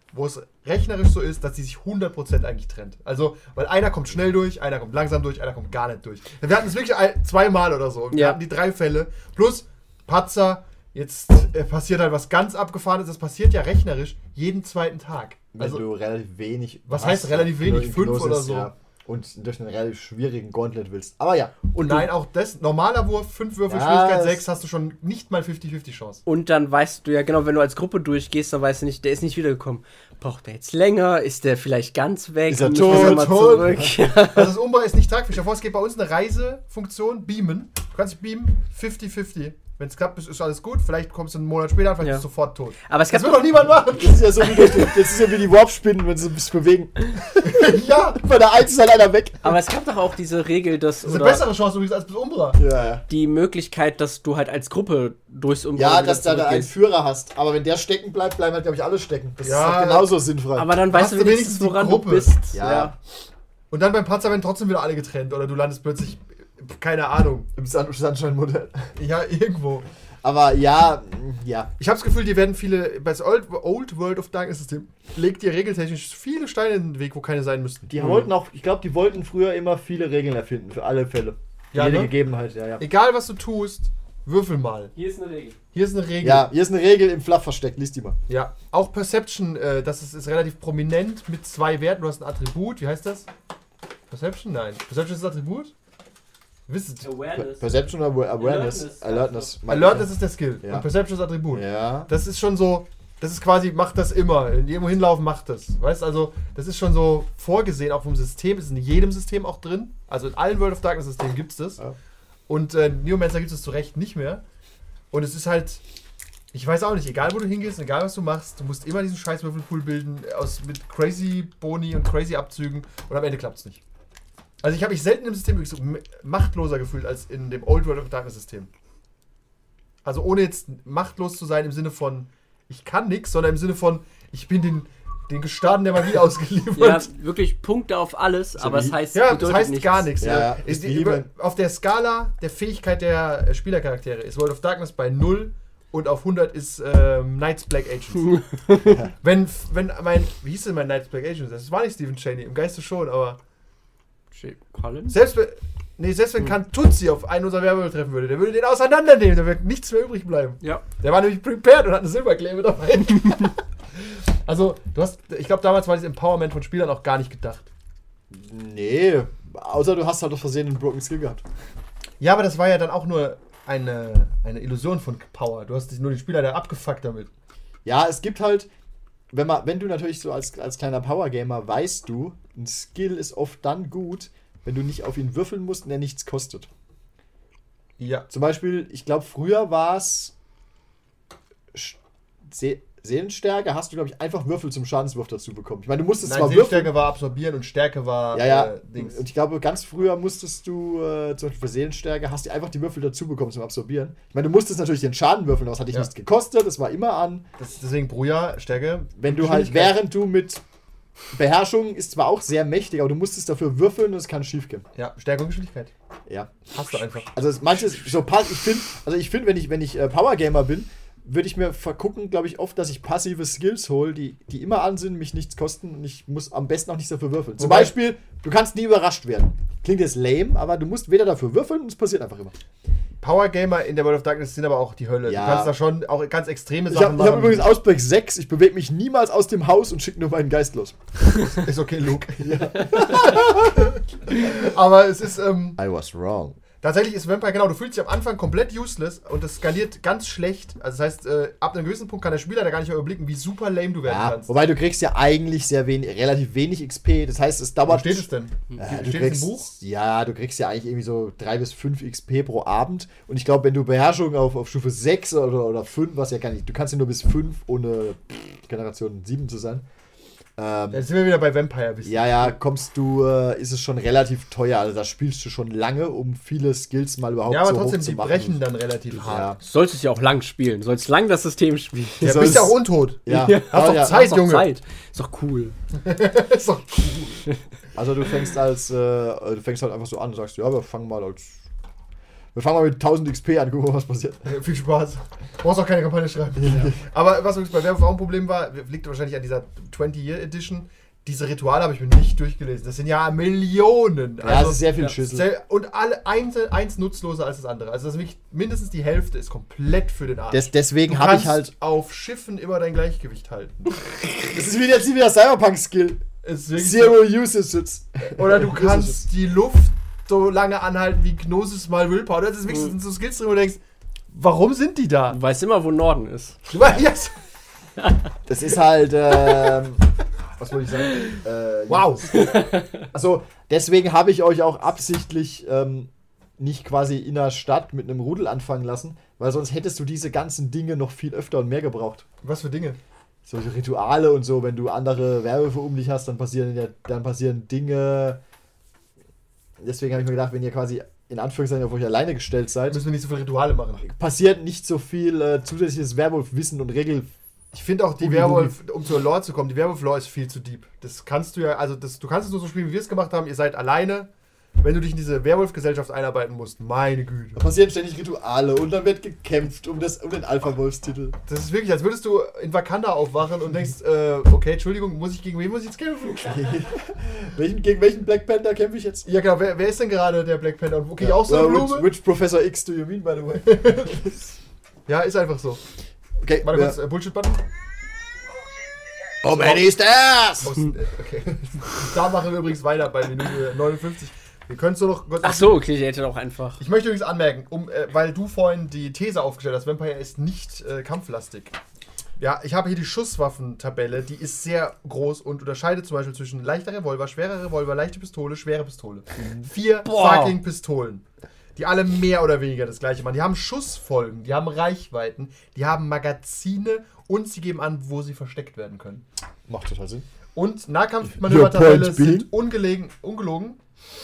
wo es rechnerisch so ist, dass die sich 100% eigentlich trennt. Also, weil einer kommt schnell durch, einer kommt langsam durch, einer kommt gar nicht durch. Wir hatten es wirklich zweimal oder so. Wir hatten die 3 Fälle. Plus Patzer, jetzt passiert halt was ganz Abgefahrenes. Das passiert ja rechnerisch jeden zweiten Tag. Wenn du relativ wenig. Was heißt relativ wenig? 5 oder so. Ja. Und durch einen relativ schwierigen Gauntlet willst. Aber ja. Und nein, auch das, normaler Wurf, 5 Würfel, Schwierigkeit 6, hast du schon nicht mal 50-50 Chance. Und dann weißt du ja genau, wenn du als Gruppe durchgehst, dann weißt du nicht, der ist nicht wiedergekommen. Braucht der jetzt länger? Ist der vielleicht ganz weg? Ist er Und tot? muss mal zurück? Ja. Also das Umbra ist nicht tragfähig. Davor, es gibt bei uns eine Reisefunktion, beamen. Du kannst dich beamen, 50-50. Wenn es klappt, ist alles gut. Vielleicht kommst du einen Monat später an, vielleicht bist du sofort tot. Aber es Das gab wird doch niemand machen. Das ist ja so wie die Warp-Spinnen, wenn sie sich bewegen. Ja, Bei der 1 ist halt einer weg. Aber es gab doch auch diese Regel, dass das ist eine bessere Chance übrigens als bis Umbra. Ja. die Möglichkeit, dass du halt als Gruppe durchs Umbra Ja, wieder dass du da einen zurückgehst. Führer hast. Aber wenn der stecken bleibt, bleiben halt, glaube ich, alle stecken. Das Ja, ist halt genauso sinnfrei. Aber dann Hast weißt du du wenigstens, wenigstens die woran Gruppe. du bist. Ja. Und dann beim Patzer werden trotzdem wieder alle getrennt. Oder du landest plötzlich, keine Ahnung, Im Sunshine-Modell. ja, irgendwo. Aber ja. Ich habe das Gefühl, die werden viele, bei das Old World of Darkness System legt dir regeltechnisch viele Steine in den Weg, wo keine sein müssten. Die wollten auch, ich glaube, die wollten früher immer viele Regeln erfinden, für alle Fälle. Ja, Jede ne? Gegebenheit, ja. Egal, was du tust, würfel mal. Hier ist eine Regel. Hier ist eine Regel. Ja, hier ist eine Regel im Fluff versteckt, liest die mal. Ja. Auch Perception, das ist relativ prominent mit 2 Werten. Du hast ein Attribut, wie heißt das? Perception? Nein. Perception ist das Attribut? Wisst Awareness. Perception oder Awareness? Alertness. Alertness ist der Skill. Ja. Und Perception ist das Attribut. Ja. Das ist schon so, das ist quasi, macht das immer. Irgendwo hinlaufen, macht das. Weißt also, das ist schon so vorgesehen, auch vom System. Ist in jedem System auch drin. Also in allen World of Darkness Systemen gibt es das. Ja. Und Neomancer gibt es zu Recht nicht mehr. Und es ist halt, ich weiß auch nicht, egal wo du hingehst, egal was du machst, du musst immer diesen scheiß Würfelpool bilden, mit crazy Boni und crazy Abzügen und am Ende klappt es nicht. Also ich habe mich selten im System wirklich so machtloser gefühlt als in dem Old World of Darkness System. Also ohne jetzt machtlos zu sein im Sinne von, ich kann nichts, sondern im Sinne von, ich bin den Gestaden der Magie ausgeliefert. Ja, wirklich Punkte auf alles, aber es heißt, Ja, das bedeutet heißt nichts. gar nichts. Ja, Ja. ist Ist wie auf der Skala der Fähigkeit der Spielercharaktere ist World of Darkness bei 0 und auf 100 ist Knights Black Agents. wenn wie hieß denn mein Knights Black Agents? Das war nicht Stephen Chaney, im Geiste schon, aber Collins? selbst wenn Kantuzzi auf einen unserer Werwölfe treffen würde, der würde den auseinandernehmen, da würde nichts mehr übrig bleiben. Ja. Der war nämlich prepared und hat eine Silberklebe dabei. Also, ich glaube, damals war dieses Empowerment von Spielern auch gar nicht gedacht. Nee, außer du hast halt aus Versehen einen Broken Skill gehabt. Ja, aber das war ja dann auch nur eine Illusion von Power. Du hast nur den Spieler da abgefuckt damit. Ja, es gibt halt, wenn du natürlich so als kleiner Power-Gamer weißt du, ein Skill ist oft dann gut, wenn du nicht auf ihn würfeln musst und er nichts kostet. Ja. Zum Beispiel, ich glaube, früher war es Seelenstärke, hast du, glaube ich, einfach Würfel zum Schadenswurf dazu bekommen. Ich meine, du musstest zwar würfeln. Stärke war absorbieren und Stärke war Dings. Und ich glaube, ganz früher musstest du, zum Beispiel für Seelenstärke, hast du einfach die Würfel dazu bekommen zum Absorbieren. Ich meine, du musstest natürlich den Schaden würfeln, aber das hat dich nichts gekostet, das war immer an. Deswegen Bruja, Stärke. Wenn du halt, während du mit Beherrschung ist zwar auch sehr mächtig, aber du musstest dafür würfeln und es kann schief gehen. Ja, Stärke und Geschwindigkeit. Ja. Hast du einfach. Also manches, so ich finde, wenn ich Power-Gamer bin, würde ich mir vergucken, glaube ich, oft, dass ich passive Skills hole, die immer an sind, mich nichts kosten und ich muss am besten auch nichts dafür würfeln. Zum Beispiel, du kannst nie überrascht werden. Klingt jetzt lame, aber du musst weder dafür würfeln und es passiert einfach immer. Power Gamer in der World of Darkness sind aber auch die Hölle. Ja. Du kannst da schon auch ganz extreme Ich Sachen habe übrigens Ausblick 6, ich bewege mich niemals aus dem Haus und schicke nur meinen Geist los. Ist okay, Luke. Ja. Aber es ist, I was wrong. tatsächlich ist Vampire, genau, du fühlst dich am Anfang komplett useless und das skaliert ganz schlecht. Also das heißt, ab einem gewissen Punkt kann der Spieler da gar nicht mehr überblicken, wie super lame du werden kannst. Wobei du kriegst ja eigentlich relativ wenig XP. Das heißt, es dauert. Wo steht es denn? Du Steht kriegst, es im Buch? Ja, du kriegst ja eigentlich irgendwie so 3 bis 5 XP pro Abend. Und ich glaube, wenn du Beherrschung auf Stufe 6 oder 5, was ja gar nicht, du kannst ja nur bis 5 ohne Generation 7 zu sein. Jetzt sind wir wieder bei Vampire. Ja, ist es schon relativ teuer. Also da spielst du schon lange, um viele Skills mal überhaupt Ja, aber so trotzdem, hoch zu die machen. brechen dann relativ hart. Ja. Sollst es ja auch lang spielen. Sollst lang das System spielen. Ja, sollst- bist ja auch untot. Ja. Hast doch Ja. Zeit, Hast doch Junge. Zeit. Ist doch cool. Ist doch cool. Also du fängst halt einfach so an und sagst, ja, wir fangen mal als Wir fangen mal mit 1000 XP an, gucken mal, was passiert. Viel Spaß. Du brauchst auch keine Kampagne schreiben. Ja. Aber was übrigens bei Werwolf auch ein Problem war, liegt wahrscheinlich an dieser 20-Year Edition. Diese Rituale habe ich mir nicht durchgelesen. Das sind ja Millionen. Ja, das ist sehr viel Schüssel. Und alle eins nutzloser als das andere. Also das ist wirklich, mindestens die Hälfte ist komplett für den Arsch. Deswegen habe ich halt auf Schiffen immer dein Gleichgewicht halten. Das ist jetzt wieder Cyberpunk-Skill. Zero Usages. Oder du kannst die Luft so lange anhalten wie Gnosis mal Willpower. Das ist wirklich so Skills drin, wo du denkst, warum sind die da? Du weißt immer, wo Norden ist. Yes. Das ist halt, was wollte ich sagen? Wow. Also, deswegen habe ich euch auch absichtlich nicht quasi in der Stadt mit einem Rudel anfangen lassen, weil sonst hättest du diese ganzen Dinge noch viel öfter und mehr gebraucht. Was für Dinge? Solche Rituale und so, wenn du andere Werwölfe um dich hast, dann passieren Dinge. Deswegen habe ich mir gedacht, wenn ihr quasi in Anführungszeichen auf euch alleine gestellt seid, Müssen wir nicht so viele Rituale machen. passiert nicht so viel zusätzliches Werwolf-Wissen und Regel. Ich finde auch die Werwolf, um zur Lore zu kommen, die Werwolf-Lore ist viel zu deep. Das kannst du ja, also du kannst es nur so spielen, wie wir es gemacht haben. Ihr seid alleine, wenn du dich in diese Werwolf-Gesellschaft einarbeiten musst. Meine Güte. Da passieren ständig Rituale und dann wird gekämpft um den Alpha-Wolfs-Titel. Das ist wirklich, als würdest du in Wakanda aufwachen und denkst, okay, Entschuldigung, gegen wen muss ich jetzt kämpfen? Gegen welchen Black Panther kämpfe ich jetzt? Ja genau, wer ist denn gerade der Black Panther? Und okay, auch so eine Blume? Which Professor X do you mean, by the way? Ja, ist einfach so. Okay, Warte kurz, Bullshit-Button. How many is this? Okay. Da machen wir übrigens weiter bei Minute 59. Wir können es nur noch... Ach so, okay, ich hätte doch einfach... Ich möchte übrigens anmerken, weil du vorhin die These aufgestellt hast, Vampire ist nicht kampflastig. Ja, ich habe hier die Schusswaffentabelle, die ist sehr groß und unterscheidet zum Beispiel zwischen leichter Revolver, schwerer Revolver, leichte Pistole, schwere Pistole. 4 fucking Pistolen, die alle mehr oder weniger das gleiche machen. Die haben Schussfolgen, die haben Reichweiten, die haben Magazine und sie geben an, wo sie versteckt werden können. Macht total Sinn. Und Nahkampfmanövertabelle sind ungelogen.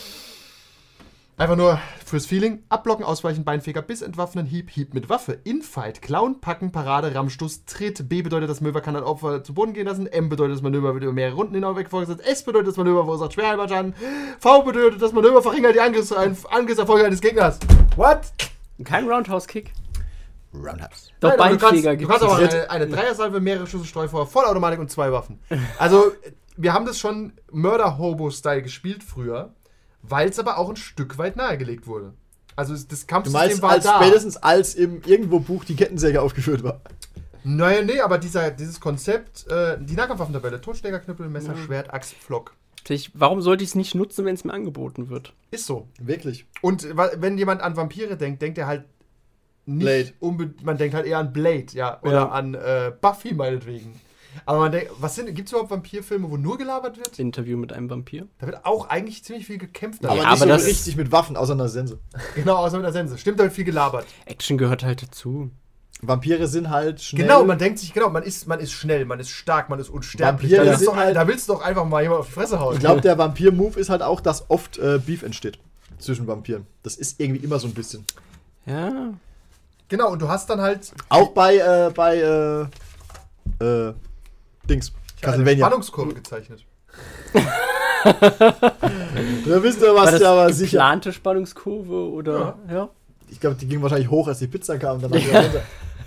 Einfach nur fürs Feeling. Abblocken, ausweichen, Beinfeger, Biss, entwaffnen, Hieb mit Waffe. Infight, Klauen, Packen, Parade, Rammstoß, Tritt. B bedeutet, das Manöver kann ein Opfer zu Boden gehen lassen. M bedeutet, das Manöver wird über mehrere Runden hinaus vorgesetzt. S bedeutet, das Manöver verursacht Schwerheitsschaden. V bedeutet, das Manöver verringert die Angriffserfolge eines Gegners. What? Kein Roundhouse-Kick. Roundhouse. Doch, Nein, Beinfeger du kannst aber eine Dreiersalve, mehrere Schüsse, Streufeuer, Vollautomatik und 2 Waffen. Also, wir haben das schon Murder-Hobo-Style gespielt früher, weil es aber auch ein Stück weit nahegelegt wurde. Also das Kampfsystem war da. Spätestens als im irgendwo Buch die Kettensäge aufgeführt war. Naja, nee, aber dieses Konzept, die Nahkampfwaffentabelle, Totschläger, Knüppel, Messer, Schwert, Axt, Flock. Warum sollte ich es nicht nutzen, wenn es mir angeboten wird? Ist so. Wirklich. Und wenn jemand an Vampire denkt er halt nicht man denkt halt eher an Blade, ja, oder an Buffy meinetwegen. Aber man denkt, gibt es überhaupt Vampirfilme, wo nur gelabert wird? Interview mit einem Vampir. Da wird auch eigentlich ziemlich viel gekämpft. Aber nicht so richtig mit Waffen, außer einer Sense. Genau, außer mit einer Sense. Stimmt, da wird viel gelabert. Action gehört halt dazu. Vampire sind halt schnell. Genau, man denkt sich, man ist schnell, man ist stark, man ist unsterblich. Da willst du doch einfach mal jemand auf die Fresse hauen. Ich glaube, der Vampir-Move ist halt auch, dass oft Beef entsteht zwischen Vampiren. Das ist irgendwie immer so ein bisschen. Ja. Genau, und du hast dann halt... Auch bei Dings. Castlevania. Spannungskurve gezeichnet. Da wisst ihr, was da aber sicher. Geplante Spannungskurve oder. Ja. Ich glaube, die ging wahrscheinlich hoch, als die Pizza kam. Dann wieder runter.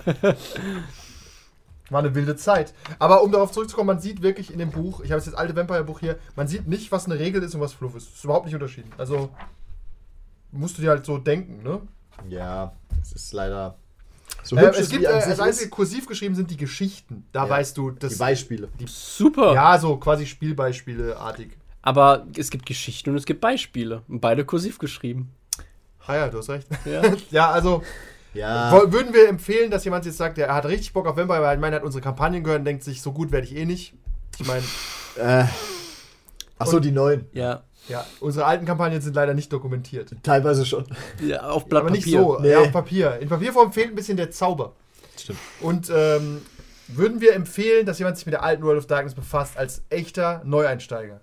War eine wilde Zeit. Aber um darauf zurückzukommen, man sieht wirklich in dem Buch, ich habe jetzt das alte Vampire-Buch hier, man sieht nicht, was eine Regel ist und was Fluff ist. Das ist überhaupt nicht unterschieden. Also musst du dir halt so denken, ne? Ja, es ist leider. So es gibt, das einzige kursiv geschrieben sind die Geschichten. Da weißt du, das. Die Beispiele. Super. Ja, so quasi Spielbeispiele-artig. Aber es gibt Geschichten und es gibt Beispiele. Und beide kursiv geschrieben. Ah ja, du hast recht. Ja, ja also. Ja. Würden wir empfehlen, dass jemand jetzt sagt, er hat richtig Bock auf Vampire, weil er hat unsere Kampagnen gehört und denkt sich, so gut werde ich eh nicht. Ich meine. Achso, die neuen. Ja. Ja, unsere alten Kampagnen sind leider nicht dokumentiert. Teilweise schon. Ja, auf Blatt Aber Papier. nicht so, Nee. ja, auf Papier. In Papierform fehlt ein bisschen der Zauber. Stimmt. Und würden wir empfehlen, dass jemand sich mit der alten World of Darkness befasst, als echter Neueinsteiger?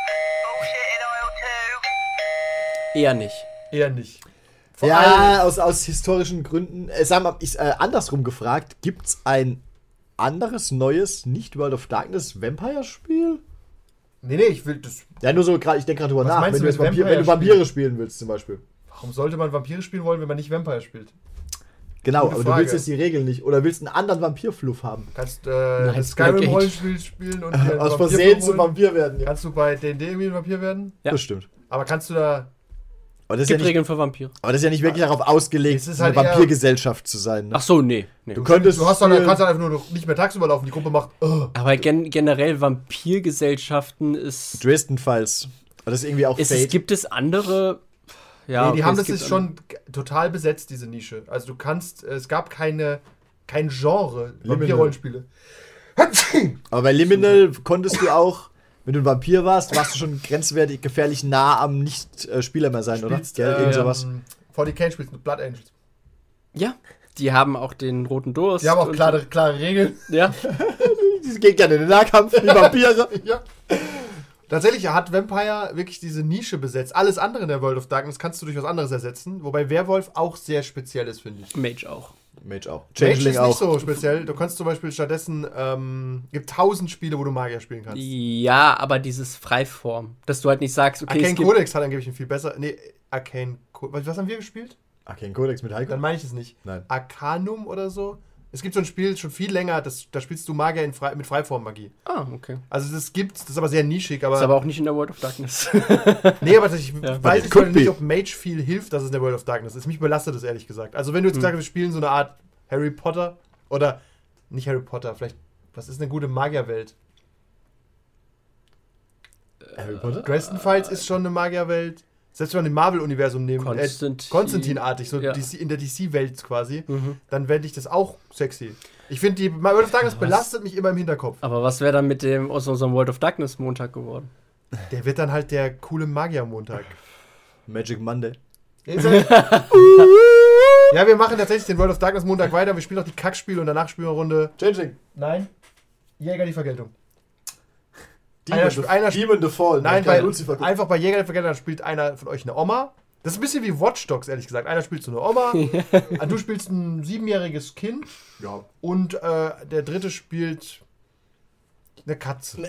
Eher nicht. Eher nicht. Ja, aus historischen Gründen. Sag mal, andersrum gefragt, gibt's ein anderes, neues, nicht World of Darkness Vampire-Spiel? Nee, ich will das. Ja, nur so gerade, ich denke gerade drüber Was nach, meinst wenn du du, mit wenn du Vampire spielen willst zum Beispiel. Warum sollte man Vampire spielen wollen, wenn man nicht Vampire spielt? Genau, Gute aber du Frage. willst jetzt die Regeln nicht. Oder willst einen anderen Vampir-Fluff haben? Du kannst Nein, das Skyrim-Rollenspiel Black spielen und dir einen Aus Vampir Versehen zum holen. Vampir werden. Ja. Kannst du bei D&D irgendwie ein Vampir werden? Ja. Das stimmt. Aber kannst du da... Aber das, ist Es ja gibt nicht, Regeln für Vampire. aber das ist ja nicht wirklich darauf ausgelegt, Es ist eine halt eher- Vampirgesellschaft zu sein. Ne? Ach so, nee. Du könntest kannst dann spielen- einfach nur noch nicht mehr tagsüber laufen. Die Gruppe macht... Aber generell Vampirgesellschaften ist... Dresden-Files. Aber das ist irgendwie auch Fate. Gibt es andere... Ja, nee, die okay, haben es das gibt jetzt schon total besetzt, diese Nische. Also du kannst... Es gab kein Genre Vampir-Rollenspiele. Aber bei Liminal konntest du auch, wenn du ein Vampir warst du schon grenzwertig gefährlich nah am Nicht-Spieler mehr sein, oder? Spielst, Gell, irgend sowas. 40k spielst mit Blood Angels. Ja, die haben auch den roten Durst. Die haben auch und- klare Regeln. Ja, Die gehen gerne in den Nahkampf, die Vampire. Ja. Tatsächlich hat Vampire wirklich diese Nische besetzt. Alles andere in der World of Darkness kannst du durch was anderes ersetzen. Wobei Werwolf auch sehr speziell ist, finde ich. Mage auch. Mage auch. Mage Changeling ist auch. nicht so speziell. Du kannst zum Beispiel stattdessen, gibt 1000 Spiele, wo du Magier spielen kannst. Ja, aber dieses Freiform, dass du halt nicht sagst, okay, Arcane es gibt... Codex hat angeblich ein viel besser. Nee, Arcane Codex. Was haben wir gespielt? Arcane Codex mit Heiko? Dann meine ich es nicht. Nein. Arcanum oder so. Es gibt so ein Spiel schon viel länger, da spielst du Magier mit Freiform-Magie. Ah, okay. Also das gibt's, das ist aber sehr nischig. Aber Ist aber auch nicht in der World of Darkness. nee, aber ich Ja. weiß Could jetzt nicht, be. ob Mage viel hilft, dass es in der World of Darkness ist. Mich belastet das ehrlich gesagt. Also wenn du jetzt gesagt hast, wir spielen so eine Art Harry Potter oder nicht Harry Potter, vielleicht, was ist eine gute Magierwelt? Harry Potter? Dresden Files ist schon eine Magierwelt. Selbst wenn wir ein Marvel-Universum nehmen, Konstantin-artig, so Ja. in der DC-Welt quasi, Mhm. dann fände ich das auch sexy. Ich finde, die World of Darkness belastet mich immer im Hinterkopf. Aber was wäre dann mit dem aus unserem World of Darkness Montag geworden? Der wird dann halt der coole Magier-Montag. Magic Monday. Ja, wir machen tatsächlich den World of Darkness Montag weiter. Wir spielen auch die Kackspiele und danach spielen wir eine Runde. Changeling. Nein. Jäger die Vergeltung. Demon the Fall. Nein, bei bei, Lucifer. einfach bei Jäger der Vergeltung spielt einer von euch eine Oma. Das ist ein bisschen wie Watch Dogs, ehrlich gesagt. Einer spielt so eine Oma, du spielst ein 7-jähriges Kind Ja. und der dritte spielt eine Katze.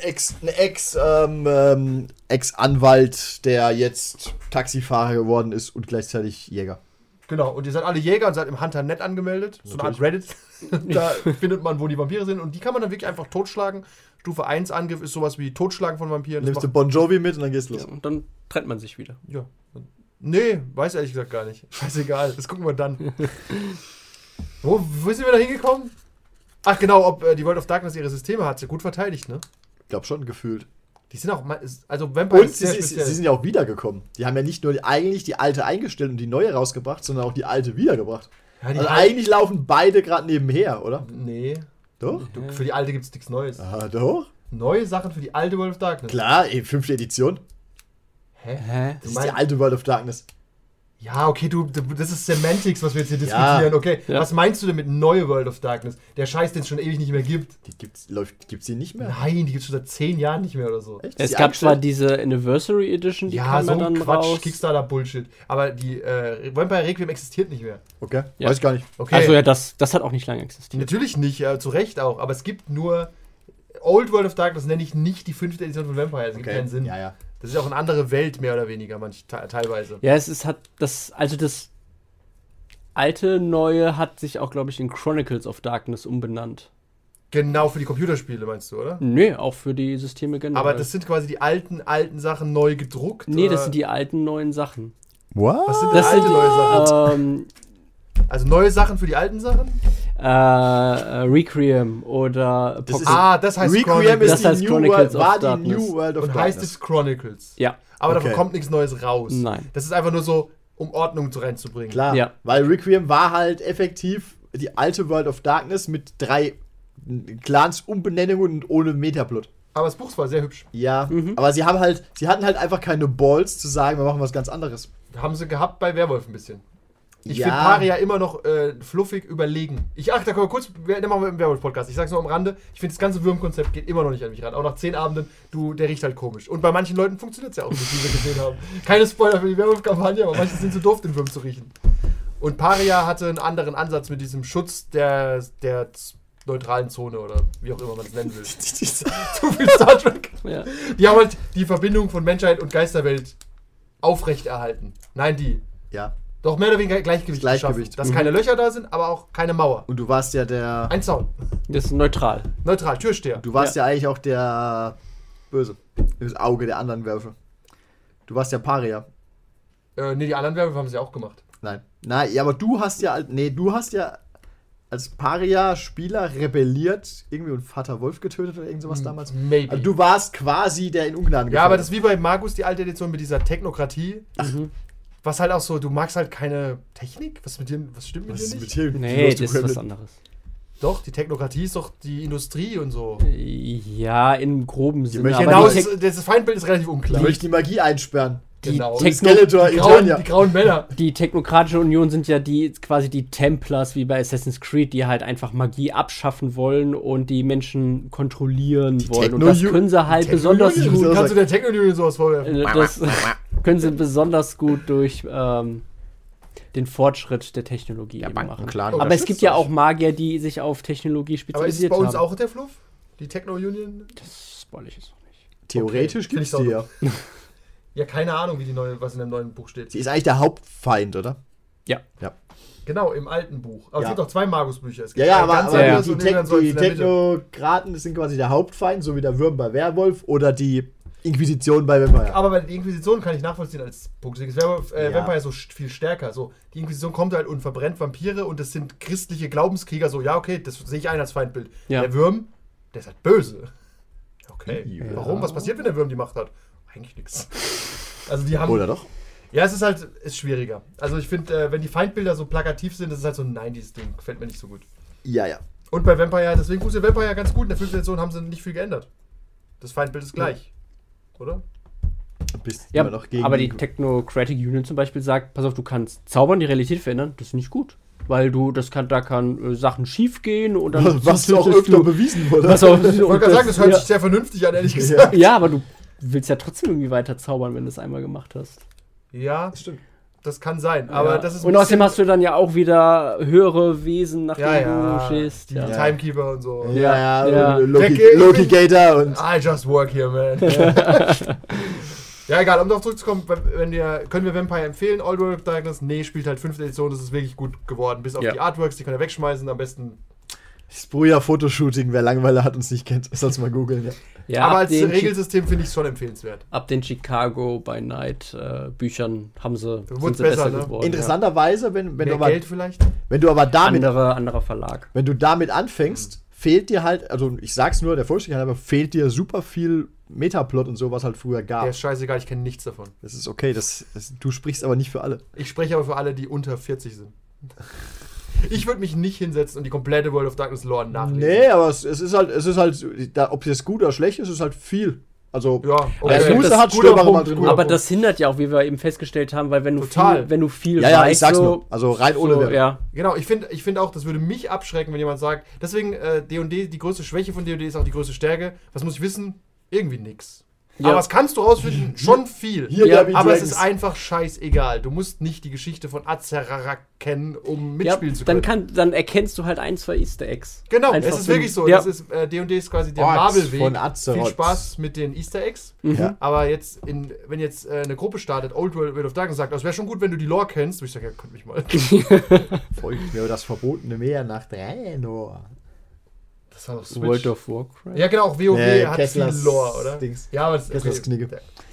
Ein Ex-Anwalt, der jetzt Taxifahrer geworden ist und gleichzeitig Jäger. Genau, und ihr seid alle Jäger und seid im Hunter.net angemeldet. So eine Art Reddit. Da findet man, wo die Vampire sind und die kann man dann wirklich einfach totschlagen. Stufe 1 Angriff ist sowas wie Totschlagen von Vampiren. Das Nimmst du macht- Bon Jovi mit und dann geht's los. Ja, und dann trennt man sich wieder. Ja. Nee, weiß ehrlich gesagt gar nicht. Scheißegal, das gucken wir dann. Wo sind wir da hingekommen? Ach genau, ob die World of Darkness ihre Systeme hat. Sie gut verteidigt, ne? Ich glaube schon, gefühlt. Die sind auch, also Vampire Und ist sehr speziell. sie sind ja auch wiedergekommen. Die haben ja nicht nur eigentlich die alte eingestellt und die neue rausgebracht, sondern auch die alte wiedergebracht. Ja, die Also alte- eigentlich laufen beide gerade nebenher, oder? Nee, Doch? für die alte gibt's nichts Neues. Ah, doch. Neue Sachen für die alte World of Darkness. Klar, 5. Edition. Hä? Hä? Das ist meinst- die alte World of Darkness. Ja, okay, das ist Semantics, was wir jetzt hier Ja. diskutieren. Okay, Ja. was meinst du denn mit neue World of Darkness? Der Scheiß, den es schon ewig nicht mehr gibt. Die gibt's die nicht mehr? Nein, die gibt's schon seit 10 Jahren nicht mehr oder so. Echt? Ist Es die gab zwar eingestellt? diese Anniversary Edition, die Ja, kam so ja dann Quatsch, raus. Kickstarter-Bullshit. Aber die Vampire Requiem existiert nicht mehr. Okay, Ja. weiß gar nicht. Okay, Also ja, das hat auch nicht lange existiert. natürlich nicht, zu Recht auch. Aber es gibt nur Old World of Darkness, nenne ich nicht die 5. Edition von Vampire. Das gibt keinen Sinn. Ja, ja. Das ist auch eine andere Welt, mehr oder weniger, teilweise. Ja, das alte Neue hat sich auch, glaube ich, in Chronicles of Darkness umbenannt. Genau, für die Computerspiele meinst du, oder? Nee, auch für die Systeme generell. Aber das sind quasi die alten Sachen neu gedruckt? Nee, das oder? sind die alten neuen Sachen. What? Was sind Das alte sind neue Sachen? Also neue Sachen für die alten Sachen? Requiem oder Das ist- Das heißt Requiem Chronicles. Das heißt Chronicles of war die Darkness. New World of Und Darkness. heißt es Chronicles. Ja, Aber Okay. davon kommt nichts Neues raus. Nein. Das ist einfach nur so, um Ordnung reinzubringen. Klar, Ja. weil Requiem war halt effektiv die alte World of Darkness mit 3 Clans-Umbenennungen und ohne Metaplot. Aber das Buch war sehr hübsch. Ja, aber sie hatten halt einfach keine Balls zu sagen, wir machen was ganz anderes. Haben sie gehabt bei Werwolf ein bisschen. Ich Ja. finde Paria immer noch fluffig überlegen. Da können wir kurz, dann machen wir im Werwolf-Podcast. Ich sag's nur am Rande, ich finde das ganze Würmkonzept geht immer noch nicht an mich ran. Auch nach 10 Abenden, der riecht halt komisch. Und bei manchen Leuten funktioniert es ja auch nicht, wie wir gesehen haben. Keine Spoiler für die Werwolf-Kampagne, aber manche sind zu doof, den Würm zu riechen. Und Paria hatte einen anderen Ansatz mit diesem Schutz der neutralen Zone oder wie auch immer man es nennen will. Zu viel Star Trek. ja. Die haben halt die Verbindung von Menschheit und Geisterwelt aufrechterhalten. Nein, die. Ja. Doch mehr oder weniger Gleichgewicht Gleichgewicht. geschaffen. Dass keine Löcher da sind, aber auch keine Mauer. Und du warst ja der... Ein Zaun. Das ist neutral. Neutral, Türsteher. Du warst ja eigentlich auch der Böse. Das Auge der anderen Wölfe. Du warst ja Paria. Nee, die anderen Werwölfe haben sie auch gemacht. Nein. Nein, ja, aber du hast ja als Paria-Spieler rebelliert, irgendwie und Vater Wolf getötet oder irgend sowas damals. Maybe. Also du warst quasi der in Ungnade Ja, aber das ist wie bei Magus, die alte Edition mit dieser Technokratie. Mhm. Was halt auch so, du magst halt keine Technik? Was stimmt mit dir nicht? hier? Nee, das ist was anderes. Doch, die Technokratie ist doch die Industrie und so. Ja, im groben Sinne. möchten Genau, die das Feindbild ist relativ Ich unklar. möchte die Magie einsperren. Genau. Die Skeletor, Die Eternia. grauen Männer. Die Technokratische Union sind ja quasi die Templars wie bei Assassin's Creed, die halt einfach Magie abschaffen wollen und die Menschen kontrollieren wollen. Und das können sie halt besonders Techno-Union. gut. Kannst du der Techno-Union sowas vorwerfen? Das können sie besonders gut durch den Fortschritt der Technologie eben machen. Clan Aber es gibt ja auch Magier, die sich auf Technologie Aber ist es spezialisiert bei uns haben. auch der Fluff? Die Techno-Union? Das spoil ich jetzt noch nicht. Theoretisch Okay, gibt's find die ich ja. Ja, keine Ahnung, was in dem neuen Buch steht. Sie ist eigentlich der Hauptfeind, oder? Ja. Genau, im alten Buch. Aber Ja. es gibt auch 2 Magus-Bücher. Es Ja, gibt ja, ein aber, ganz aber anderes die, und irgendwann so die eins in der Mitte. Technokraten sind quasi der Hauptfeind, so wie der Würm bei Werwolf oder die Inquisition bei Vampire. Aber bei der Inquisition kann ich nachvollziehen als Punkt. Deswegen ist Vampire so viel stärker. So, die Inquisition kommt halt und verbrennt Vampire und das sind christliche Glaubenskrieger. So, ja, okay, das sehe ich ein als Feindbild. Ja. Der Würm, der ist halt böse. Okay. Ja. Warum? Was passiert, wenn der Würm die Macht hat? Eigentlich nichts. Also die haben... Oder doch? Ja, es ist schwieriger. Also ich finde, wenn die Feindbilder so plakativ sind, das ist halt so ein 90s-Ding. Gefällt mir nicht so gut. Ja, ja. Und bei Vampire, deswegen funktioniert Vampire ganz gut. In der 5. Edition haben sie nicht viel geändert. Das Feindbild ist gleich. Oder? Bist Ja, immer noch gegen aber die Technocratic Union zum Beispiel sagt, pass auf, du kannst zaubern, die Realität verändern, das ist nicht gut. Weil da kann Sachen schief gehen und dann was auch öfter bewiesen wurde. was auch, Ich wollte gerade sagen, das hört sich sehr vernünftig an, ehrlich gesagt. ja, aber du willst ja trotzdem irgendwie weiter zaubern, wenn du es einmal gemacht hast. Ja, Stimmt. das kann sein. Aber Ja. das ist und außerdem hast du dann ja auch wieder höhere Wesen, nach denen ja, du schießt. die Ja. Timekeeper und so. Ja. Loki Gator und I just work here, man. Ja, egal, um darauf zurückzukommen, können wir Vampire empfehlen? Old World of Darkness? Nee, spielt halt 5. Edition, das ist wirklich gut geworden. Bis auf die Artworks, die kann er wegschmeißen, am besten. Spruja Fotoshooting, wer Langeweile hat und es nicht kennt, soll's mal googeln. Ja. Ja, Aber ab als den Regelsystem finde ich es schon empfehlenswert. Ab den Chicago by Night Büchern sind sie besser, ne? geworden. Interessanterweise, wenn Mehr du aber, Geld vielleicht? wenn du aber damit, Anderer Verlag. wenn du damit anfängst, fehlt dir halt, also ich sag's nur, der Vollständigkeit, aber fehlt dir super viel Metaplot und so, was halt früher gab. Der ist scheißegal, ich kenne nichts davon. Das ist okay, du sprichst aber nicht für alle. Ich spreche aber für alle, die unter 40 sind. Ich würde mich nicht hinsetzen und die komplette World of Darkness Lore nachlesen. Nee, aber es ist halt, ob es jetzt gut oder schlecht ist, ist halt viel. Also, Ja, der okay. Fuße Das hat guter Stöber mal Punkt, drin. guter Aber Punkt. das hindert ja auch, wie wir eben festgestellt haben, weil wenn du Total. viel Ja, weißt, ich sag's so, nur. Also rein ohne so, Werbung. ja. Genau, ich find auch, das würde mich abschrecken, wenn jemand sagt, deswegen D&D, die größte Schwäche von D&D ist auch die größte Stärke. Was muss ich wissen? Irgendwie nix. Ja. Aber was kannst du rausfinden? Schon viel. Hier, Ja, Derby Aber es Dragons. ist einfach scheißegal. Du musst nicht die Geschichte von Azeroth kennen, um mitspielen zu können. Dann erkennst du halt 1, 2 Easter Eggs. Genau, Einfach es ist so- wirklich so. Ja. Das ist, D&D ist quasi der Orks Marvel-Weg. von Azeroth. Viel Spaß mit den Easter Eggs. Ja. Aber jetzt, wenn jetzt eine Gruppe startet, Old World of Darkness sagt, es wäre schon gut, wenn du die Lore kennst. Wo ich sage, ja, könnt mich mal. Folgt mir das verbotene Meer nach Draenor. Das war doch Switch. World of Warcraft. Ja, genau, auch WoW Nee, hat Kesslers viel Lore, oder? Dings. Ja, aber das Kesslers Knigge.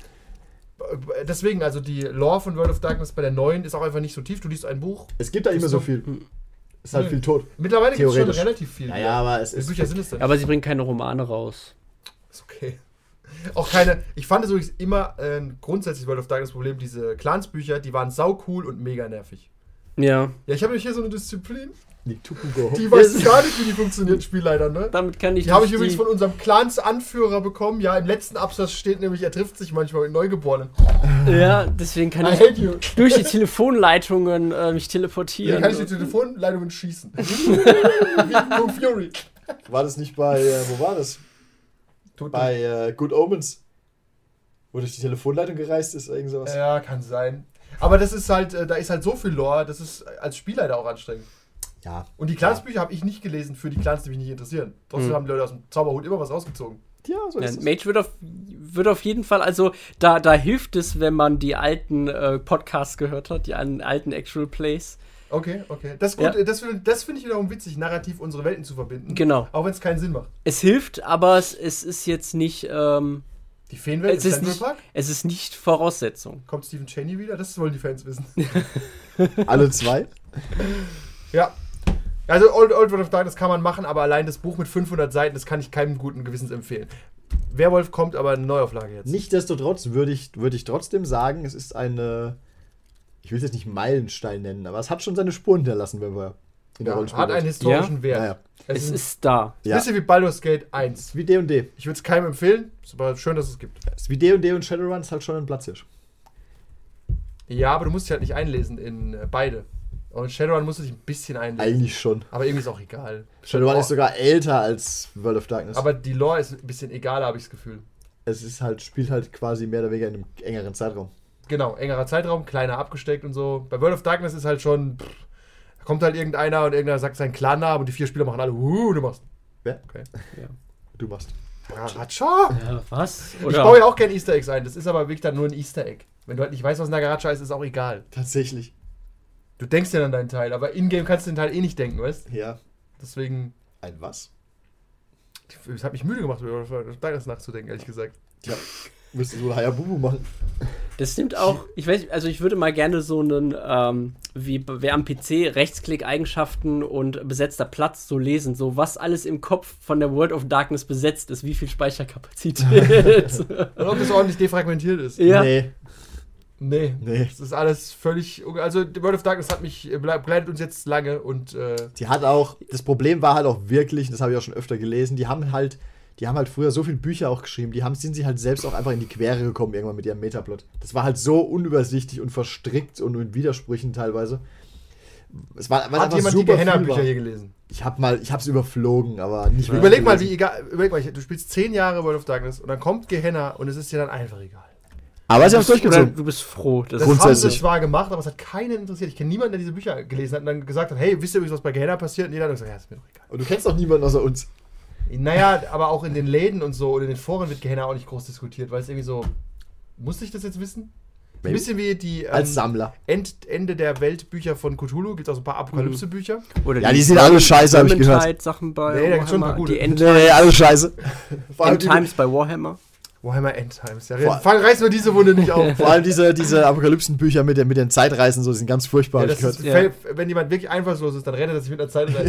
Deswegen, also die Lore von World of Darkness bei der neuen ist auch einfach nicht so tief. Du liest ein Buch. Es gibt da immer so viel. Es ist halt viel tot. Mittlerweile gibt es schon Theoretisch. relativ viel. Ja, aber es Wie ist. viele Bücher sind es denn? Aber sie bringen keine Romane raus. Ist okay. Auch keine. Ich fand es übrigens immer grundsätzlich World of Darkness Problem, diese Clans-Bücher, die waren sau cool und mega nervig. Ja. Ja, ich habe nämlich hier so eine Disziplin, Die Tukugo. die weiß gar nicht, wie die funktioniert, Spielleiter, ne? Damit kann ich Die habe ich übrigens von unserem Clans-Anführer bekommen. Ja, im letzten Absatz steht nämlich, er trifft sich manchmal mit Neugeborenen. Ja, deswegen kann I ich hate you. durch die Telefonleitungen mich Hier teleportieren. kann ich die Telefonleitungen schießen. Wie Kung Fury. War das nicht bei, wo war das? Bei Good Omens. Wo durch die Telefonleitung gereist ist oder irgend sowas. Ja, kann sein. Aber das ist halt, da ist halt so viel Lore, das ist als Spielleiter auch anstrengend. Ja. Und die Clans-Bücher habe ich nicht gelesen für die Clans, die mich nicht interessieren. Trotzdem haben die Leute aus dem Zauberhut immer was rausgezogen. Ja, so ist es. Mage wird auf jeden Fall, also da hilft es, wenn man die alten Podcasts gehört hat, die alten Actual Plays. Okay. Das ist gut. Ja. Das finde ich wiederum witzig, narrativ unsere Welten zu verbinden. Genau. Auch wenn es keinen Sinn macht. Es hilft, aber es ist jetzt nicht, Die Feenwelt es im ist Central nicht, Park? es ist nicht Voraussetzung. Kommt Stephen Chaney wieder? Das wollen die Fans wissen. Alle 2? Ja. Also Old World of Darkness kann man machen, aber allein das Buch mit 500 Seiten, das kann ich keinem guten Gewissens empfehlen. Werwolf kommt aber eine Neuauflage jetzt. Nichtsdestotrotz würde ich trotzdem sagen, es ist eine, ich will es jetzt nicht Meilenstein nennen, aber es hat schon seine Spuren hinterlassen, wenn wir in der Ja, Rollenspielwelt. hat einen historischen Wert. Naja. Es ist da. Ein bisschen wie Baldur's Gate 1. Wie D&D. Ich würde es keinem empfehlen, ist aber schön, dass es gibt. Es ist wie D&D und Shadowrun ist halt schon ein Platzhirsch. Ja, aber du musst dich halt nicht einlesen in beide. Und Shadowrun musst du dich ein bisschen einlesen. Eigentlich schon. Aber irgendwie ist auch egal. Shadowrun ist sogar älter als World of Darkness. Aber die Lore ist ein bisschen egaler, habe ich das Gefühl. es ist halt, spielt halt quasi mehr oder weniger in einem engeren Zeitraum. Genau, engerer Zeitraum, kleiner abgesteckt und so. Bei World of Darkness ist halt schon, da kommt halt irgendeiner und irgendeiner sagt seinen Clan-Namen und die 4 Spieler machen alle, du machst. Wer? Okay. Ja. Du machst. Garacha? Ja, was? Ich baue ja auch gerne Easter Eggs ein, das ist aber wirklich dann nur ein Easter Egg. Wenn du halt nicht weißt, was ein Garacha ist, ist auch egal. Tatsächlich. Du denkst ja dann deinen Teil, aber in-game kannst du den Teil eh nicht denken, weißt du? Ja. Deswegen, Ein was? es hat mich müde gemacht, über World of Darkness nachzudenken, ehrlich gesagt. Tja, müsstest du wohl Hayabubu machen. Das stimmt auch. Ich weiß, also ich würde mal gerne so einen, wer am PC Rechtsklick-Eigenschaften und besetzter Platz so lesen, so was alles im Kopf von der World of Darkness besetzt ist, wie viel Speicherkapazität. Und ob das ordentlich defragmentiert ist. Ja. Nee. Nee. Nee. Das ist alles völlig. Also, World of Darkness hat mich, begleitet uns jetzt lange und. Die hat auch, das Problem war halt auch wirklich, das habe ich auch schon öfter gelesen, die haben halt früher so viele Bücher auch geschrieben, sind sie halt selbst auch einfach in die Quere gekommen irgendwann mit ihrem Metaplot. Das war halt so unübersichtlich und verstrickt und in Widersprüchen teilweise. Es war hat jemand die Gehenna-Bücher hier gelesen? Ich hab's überflogen, aber nicht wirklich Überleg mal, gelesen. du spielst 10 Jahre World of Darkness und dann kommt Gehenna und es ist dir dann einfach egal. Aber sie haben es Oder durchgezogen. du bist froh. Das haben Grundsätzlich. sie zwar gemacht, aber es hat keinen interessiert. Ich kenne niemanden, der diese Bücher gelesen hat und dann gesagt hat, hey, wisst ihr übrigens, was bei Gehenna passiert? Und jeder hat gesagt, ja, ist mir doch egal. Und du kennst doch niemanden außer uns. Naja, aber auch in den Läden und so und in den Foren wird Gehenna auch nicht groß diskutiert, weil es irgendwie so, muss ich das jetzt wissen? Ein bisschen wie die Als Sammler. Ende der Weltbücher von Cthulhu, gibt es auch so ein paar Apokalypse-Bücher. Oder Ja, die sind alle scheiße, hab ich gehört. Sachen bei Nee, da gibt's schon ein paar Warhammer, gute. die End Nee, alles scheiße. Times bei Warhammer. Warhammer Endtimes, ja. Vor- Reiß nur diese Wunde nicht auf. Vor allem diese Apokalypsen-Bücher mit den Zeitreisen, so, die sind ganz furchtbar, Ja, hab ich das gehört. ist, wenn jemand wirklich einfallslos ist, dann rettet er sich mit einer Zeitreise.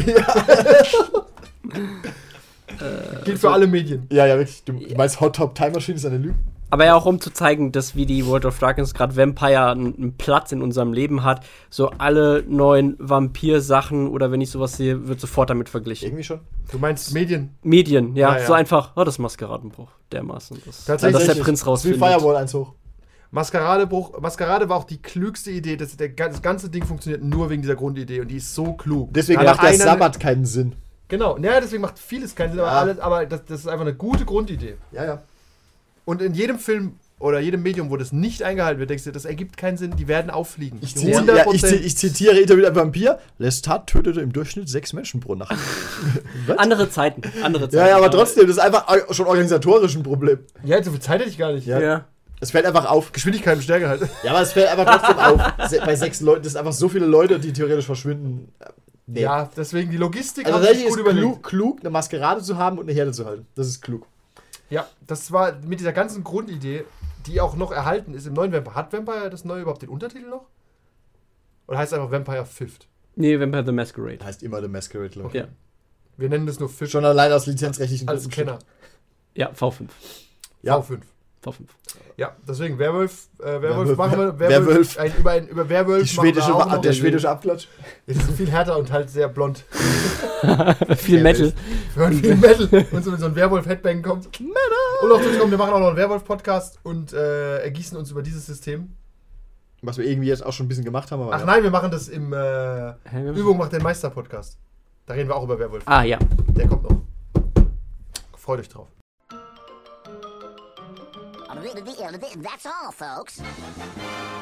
Gilt für alle Medien. Ja, wirklich. Du meinst Hot Top Time Machine ist eine Lüge? Aber ja auch um zu zeigen, dass wie die World of Darkness gerade Vampire einen Platz in unserem Leben hat. So alle neuen Vampir-Sachen oder wenn ich sowas sehe, wird sofort damit verglichen. Irgendwie schon. Du meinst Medien? Medien, ja, Ja, ja. so einfach, das Maskeradenbruch, dermaßen. Tatsächlich. Dass der Prinz Wie rausfindet. Firewall eins hoch. Maskerade war auch die klügste Idee. Das ganze Ding funktioniert nur wegen dieser Grundidee und die ist so klug. Deswegen Da macht der einer- Sabbat keinen Sinn. Genau, naja, deswegen macht vieles keinen Sinn, Ja. aber das ist einfach eine gute Grundidee. Ja, ja. Und in jedem Film oder jedem Medium, wo das nicht eingehalten wird, denkst du, das ergibt keinen Sinn, die werden auffliegen. Ich 100%. zitiere Interview mit einem Vampir. Lestat tötete im Durchschnitt 6 Menschen pro Nacht. Andere Zeiten. Ja, aber trotzdem, das ist einfach schon organisatorisch ein Problem. Ja, so viel Zeit hätte ich gar nicht. Ja. Ja. Es fällt einfach auf. Geschwindigkeit und Stärke halt. Ja, aber es fällt einfach trotzdem auf. Bei 6 Leuten, das sind einfach so viele Leute, die theoretisch verschwinden. Nee. Ja, deswegen die Logistik Also haben sie tatsächlich sich ist gut überlegt. klug, eine Maskerade zu haben und eine Herde zu halten. Das ist klug. Ja, das war mit dieser ganzen Grundidee, die auch noch erhalten ist im neuen Vampire. Hat Vampire das neue überhaupt den Untertitel noch? Oder heißt es einfach Vampire Fifth? Nee, Vampire the Masquerade. Heißt immer The Masquerade, glaube ich. Ja. Wir nennen das nur Fifth Schon allein aus lizenzrechtlichen als Gründen. Kenner. Ja, V5. Ja. V5. V5. Ja, deswegen Werwolf Werwolf- machen wir. Werwolf. Über Werwolf Die schwedische, machen wir auch noch. der schwedische Abklatsch. Das ist viel härter und halt sehr blond. Viel Metal. Wir hören viel Metal und so, wenn so ein Werwolf-Headbang kommt. Und noch dazu kommen, wir machen auch noch einen Werwolf-Podcast und ergießen uns über dieses System. Was wir irgendwie jetzt auch schon ein bisschen gemacht haben. Aber Ach ja. nein, wir machen das im Übung macht den Meister-Podcast. Da reden wir auch über Werwolf. Ah, ja. Der kommt noch. Freut euch drauf. That's all, folks.